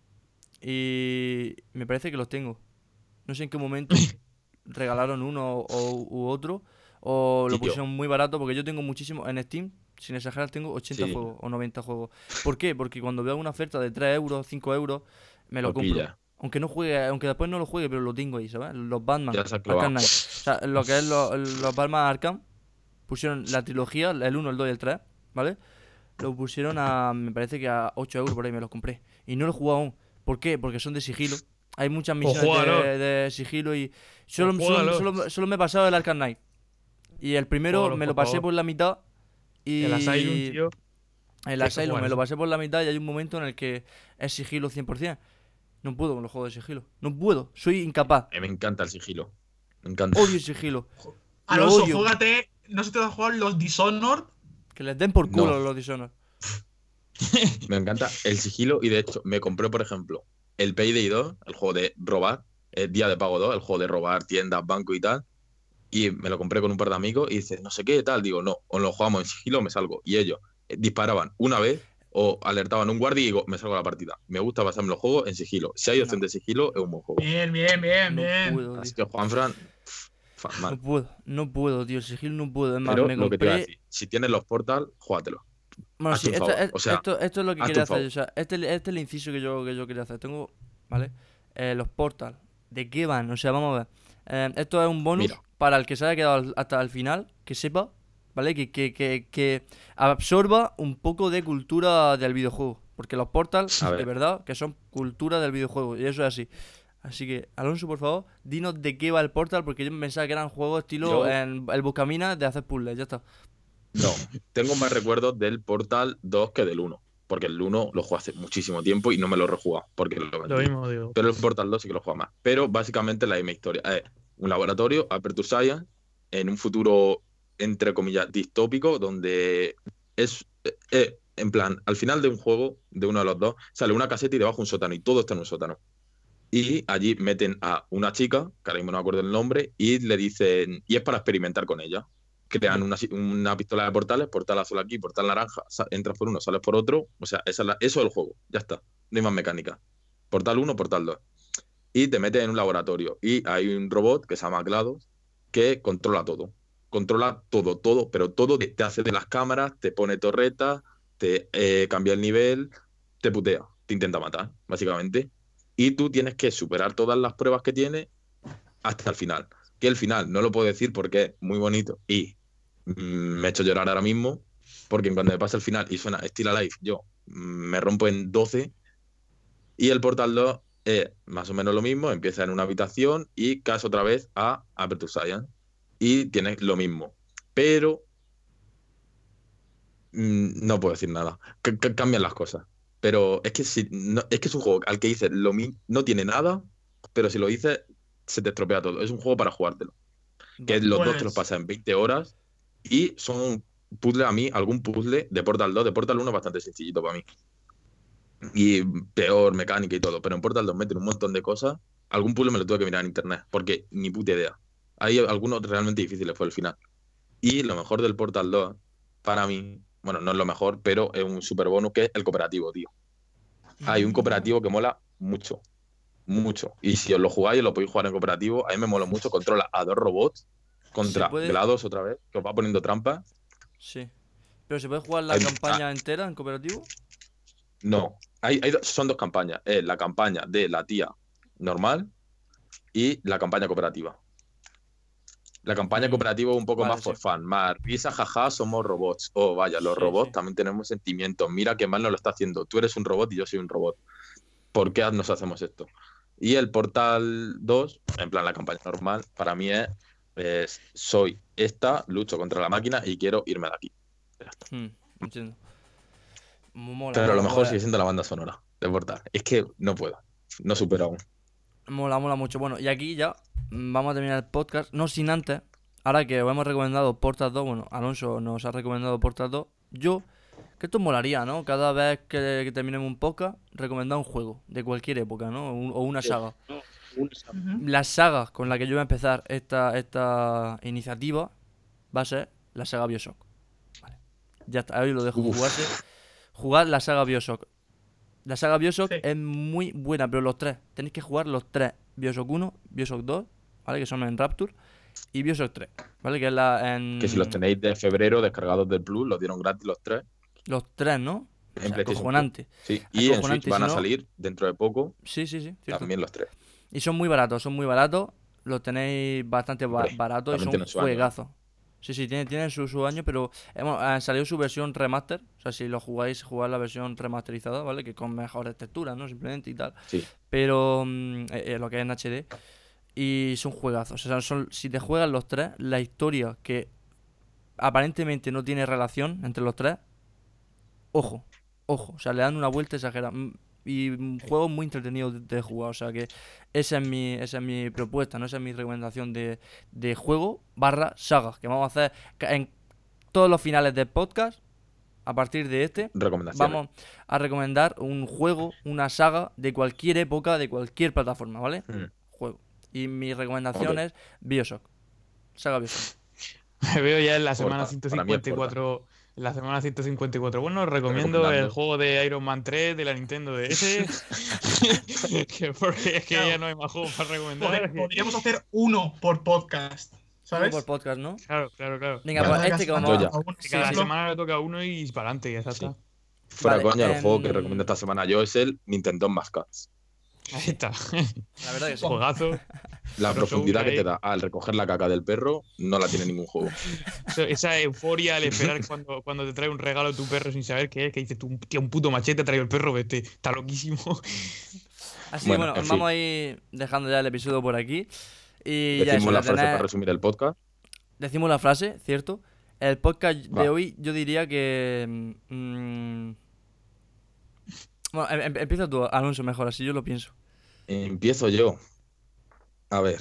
Y me parece que los tengo. No sé en qué momento regalaron uno o, u otro. O lo Tío, pusieron muy barato. Porque yo tengo muchísimo. En Steam, sin exagerar, tengo ochenta sí, juegos o noventa juegos. ¿Por qué? Porque cuando veo una oferta de tres euros, cinco euros, me lo lo compro. pilla. Aunque no juegue, aunque después no lo juegue, pero lo tengo ahí, ¿sabes? Los Batman, Ya se ha Arkham clavado. Knight. O sea, lo que es lo- los Batman Arkham, pusieron la trilogía, el uno, el dos y el tres, ¿vale? Lo pusieron a, me parece que a ocho euros por ahí me los compré. Y no lo he jugado aún. ¿Por qué? Porque son de sigilo. Hay muchas Pues misiones de, juégalo. de sigilo y Pues solo, solo, juégalo. solo, solo me he pasado el Arkham Knight. Y el primero Juégalo, me lo por pasé favor. por la mitad El Asylum, y tío. el Tienes que Asylum jugar me lo eso. pasé por la mitad y hay un momento en el que es sigilo cien por ciento. No puedo con los juegos de sigilo. No puedo. Soy incapaz. A mí me encanta el sigilo. Me encanta. Odio el sigilo. Lo Alonso, odio. júgate. No se te va a jugar los Dishonored. Que les den por culo No. los Dishonored. Me encanta el sigilo y de hecho me compré, por ejemplo, el Payday dos, el juego de robar, el Día de Pago dos, el juego de robar tiendas, banco y tal. Y me lo compré con un par de amigos y dices, no sé qué, tal. Digo, no, o lo jugamos en sigilo o me salgo. Y ellos eh, disparaban una vez o alertaban a un guardia y digo, me salgo de la partida. Me gusta pasarme los juegos en sigilo. Si hay opción No. de sigilo, es un buen juego. Bien, bien, bien, No bien. puedo, Así tío. que Juanfran, fa- No mal. puedo. No puedo, tío. El sigilo no puedo. Es más, Pero me lo que te iba a compré. decir, si tienes los Portal, júgatelo. Bueno, Hazte sí, un esto, favor. es- O sea, esto, esto es lo que hazte quería un hacer. favor. O sea, este, este es el inciso que yo, que yo quería hacer. Tengo, ¿vale? Eh, los Portal. ¿De qué van? O sea, vamos a ver. Eh, esto es un bonus Mira, para el que se haya quedado al- hasta el final, que sepa, ¿vale? Que, que, que, que absorba un poco de cultura del videojuego. Porque los Portal, a de ver, verdad, que son cultura del videojuego. Y eso es así. Así que, Alonso, por favor, dinos de qué va el Portal, porque yo pensaba que eran juegos estilo yo en el Buscaminas de hacer puzzles, ya está. no, tengo más recuerdos del Portal dos que del uno. Porque el uno lo jugué hace muchísimo tiempo y no me lo he rejugado, porque lo Lo vendí. mismo digo. Pero el Portal dos sí que lo juega más. Pero básicamente la misma historia. Es un laboratorio, Aperture Science, en un futuro, entre comillas, distópico, donde es, eh, eh, en plan, al final de un juego, de uno de los dos, sale una caseta y debajo un sótano, y todo está en un sótano. Y allí meten a una chica, que ahora mismo no me acuerdo el nombre, y le dicen, y es para experimentar con ella. Crean una, si- una pistola de portales, portal azul aquí, portal naranja, sa- entras por uno, sales por otro. O sea, esa es la- eso es el juego, ya está. No hay más mecánica. Portal uno, portal dos. Y te metes en un laboratorio. Y hay un robot que se llama GLaDOS que controla todo. Controla todo, todo, pero todo te, te hace de las cámaras, te pone torretas, te eh, cambia el nivel, te putea, te intenta matar, básicamente. Y tú tienes que superar todas las pruebas que tiene hasta el final. Que el final no lo puedo decir porque es muy bonito y mm, me he hecho llorar ahora mismo, porque cuando me pasa el final y suena Still Alive, yo mm, me rompo en doce. Y el Portal dos es más o menos lo mismo, empieza en una habitación y caes otra vez a Aperture Science y tienes lo mismo. Pero mm, no puedo decir nada. C- c- cambian las cosas. Pero es que, si, no, es que es un juego al que dices lo mi- no tiene nada, pero si lo dices se te estropea todo. Es un juego para jugártelo. Que Vale. los dos te los Pues. pasas en veinte horas y son puzzles a mí, algún puzzle de Portal dos, de Portal uno bastante sencillito para mí. Y peor mecánica y todo, pero en Portal dos meten un montón de cosas. Algún puzzle me lo tuve que mirar en internet, porque ni puta idea. Hay algunos realmente difíciles por el final. Y lo mejor del Portal dos, para mí, bueno, no es lo mejor, pero es un super bonus, que es el cooperativo, tío. Hay un Mm. cooperativo que mola mucho, mucho. Y si os lo jugáis, lo podéis jugar en cooperativo. A mí me mola mucho. Controla a dos robots Se contra puede. GLaDOS otra vez, que os va poniendo trampas. Sí. Pero se puede jugar la Hay- campaña entera en cooperativo. No, hay, hay do- son dos campañas. Es la campaña de la tía normal y la campaña cooperativa. La campaña Mm, cooperativa es un poco Vale, más sí. for fun, más risa, jaja, somos robots. Oh, vaya, los Sí, robots sí. también tenemos sentimientos. Mira qué mal nos lo está haciendo. Tú eres un robot y yo soy un robot. ¿Por qué nos hacemos esto? Y el Portal dos, en plan la campaña normal, para mí es, es, soy esta, lucho contra la máquina y quiero irme de aquí. Ya está. Mm, entiendo. Mola, Pero lo mola, mejor pues. sigue siendo la banda sonora de Portal. Es que no puedo, no supero aún. Mola, mola mucho. Bueno, y aquí ya mm, vamos a terminar el podcast. No sin antes, ahora que os hemos recomendado Portal dos, bueno, Alonso nos ha recomendado Portal dos. Yo, que esto molaría, ¿no? Cada vez que, que terminemos un podcast, recomendar un juego de cualquier época, ¿no? Un- o una saga. Ujú. La saga con la que yo voy a empezar esta, esta iniciativa va a ser la saga BioShock. Vale. Ya está, ahí lo dejo. Uf. Jugarse, jugar la saga BioShock. La saga Bioshock Sí. es muy buena, pero los tres. Tenéis que jugar los tres. Bioshock uno, Bioshock dos, ¿vale? Que son en Rapture. Y Bioshock tres, ¿vale? Que es la en... Que si los tenéis de febrero descargados del Plus, los dieron gratis los tres. Los tres, ¿no? O En sea, PlayStation Plus. acojonante. Sí, y en Acojonante, Switch van si a no- salir dentro de poco Sí, sí, sí, cierto. también los tres. Y son muy baratos, son muy baratos. Los tenéis bastante ba- Hombre, baratos y también son tienen su año, ¿eh? juegazos. Sí, sí, tienen, tienen su, su año, pero hemos, ha salido su versión remaster. O sea, si lo jugáis, jugar la versión remasterizada, ¿vale? Que con mejores texturas, ¿no? Simplemente y tal. Sí, Pero mm, eh, eh, lo que es en H D. Y son juegazos. O sea, son, si te juegas los tres, la historia que aparentemente no tiene relación entre los tres, ojo, ojo. O sea, le dan una vuelta exagerada. Mm, Y mm, juegos muy entretenidos de, de jugar. O sea que esa es mi, esa es mi propuesta, ¿no? Esa es mi recomendación de, de juego barra saga. Que vamos a hacer ca- en todos los finales del podcast. A partir de este, recomendaciones. vamos a recomendar un juego, una saga de cualquier época, de cualquier plataforma, ¿vale? Mm. Juego. Y mi recomendación Ok. es Bioshock. Saga Bioshock. Me veo ya en la Forza, semana para mí es ciento cincuenta y cuatro. En la semana ciento cincuenta y cuatro. Bueno, os recomiendo el Recomendando. juego de Iron Man tres de la Nintendo D S. que porque es que Claro. ya no hay más juegos para recomendar. Pod- Podríamos hacer uno por podcast, Uno ¿sabes? por podcast, ¿no? Claro, claro, claro. Venga, Vale. pues este que vamos Yo a... ya. uno, Que cada sí. semana le toca uno y para adelante, y ya Sí. está. Fuera Vale, coña, el juego que em, recomiendo esta semana yo es el Nintendo Mascots. Ahí está. La verdad que sí. Juegazo. La Crossover profundidad que ahí. te da al recoger la caca del perro no la tiene ningún juego. Eso- Esa euforia al esperar cuando, cuando te trae un regalo tu perro sin saber qué es, que dices tú, tío, un puto machete ha traído el perro, vete, está loquísimo. Así que Bueno, bueno, en vamos fin. a ir dejando ya el episodio por aquí. Y ya Decimos eso, la ya frase tenés- para resumir el podcast. decimos la frase, ¿cierto? El podcast de Va. hoy yo diría que... mm, bueno, em- em- empieza tú, Alonso, mejor, así yo lo pienso. Empiezo yo. A ver.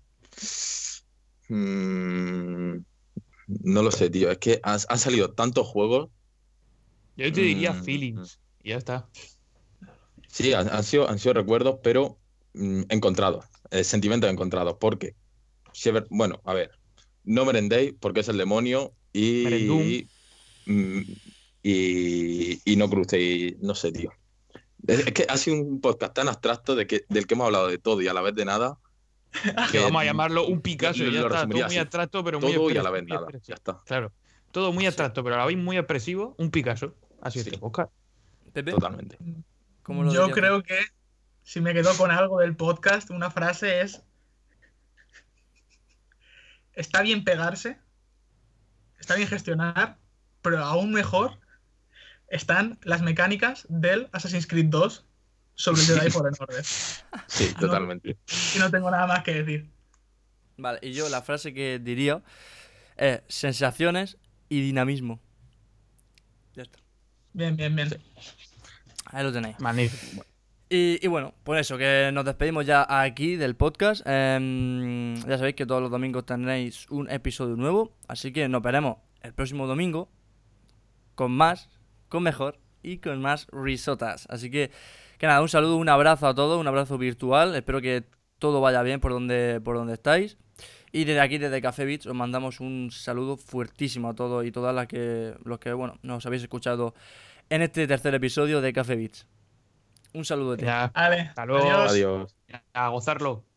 Mm, no lo sé, tío. Es que han, han salido tantos juegos. Yo te diría Mm, feelings, y ya está. Sí, han, han sido, han sido recuerdos, pero mm, encontrados. Eh, sentimientos encontrados. Porque, Shever- bueno, a ver. No merendéis porque es el demonio Merendum. y. mm, y, y no crucéis. No sé, tío. Es, es que ha sido un podcast tan abstracto de que, del que hemos hablado de todo y a la vez de nada. Que vamos a llamarlo un Picasso, lo- y ya lo está. Todo resumiría muy así. abstracto, pero muy Todo y a la expresivo, vez muy nada. expresivo. Ya está. Claro. Todo muy Sí. abstracto, pero a la vez muy expresivo, un Picasso. Así es Sí. este podcast. Pepe, Totalmente. ¿cómo lo Yo dirías tú? creo que si me quedo con algo del podcast, una frase es: está bien pegarse, está bien gestionar, pero aún mejor están las mecánicas del Assassin's Creed dos sobre el Jedi Fallen Order. Sí, No. totalmente. Y no tengo nada más que decir. Vale, y yo la frase que diría es sensaciones y dinamismo. Ya está. Bien, bien, bien. Ahí lo tenéis. Magnífico. Y, y bueno, pues eso, que nos despedimos ya aquí del podcast. Em, ya sabéis que todos los domingos tendréis un episodio nuevo. Así que nos veremos el próximo domingo con más, con mejor y con más risotas. Así que, que nada, un saludo, un abrazo a todos, un abrazo virtual. Espero que todo vaya bien por donde, por donde estáis. Y desde aquí, desde Café Beats, os mandamos un saludo fuertísimo a todos y todas las que, los que, bueno, nos habéis escuchado en este tercer episodio de Café Beats. Un saludo de ti. Ya, Vale, Hasta luego. adiós. Adiós. a gozarlo.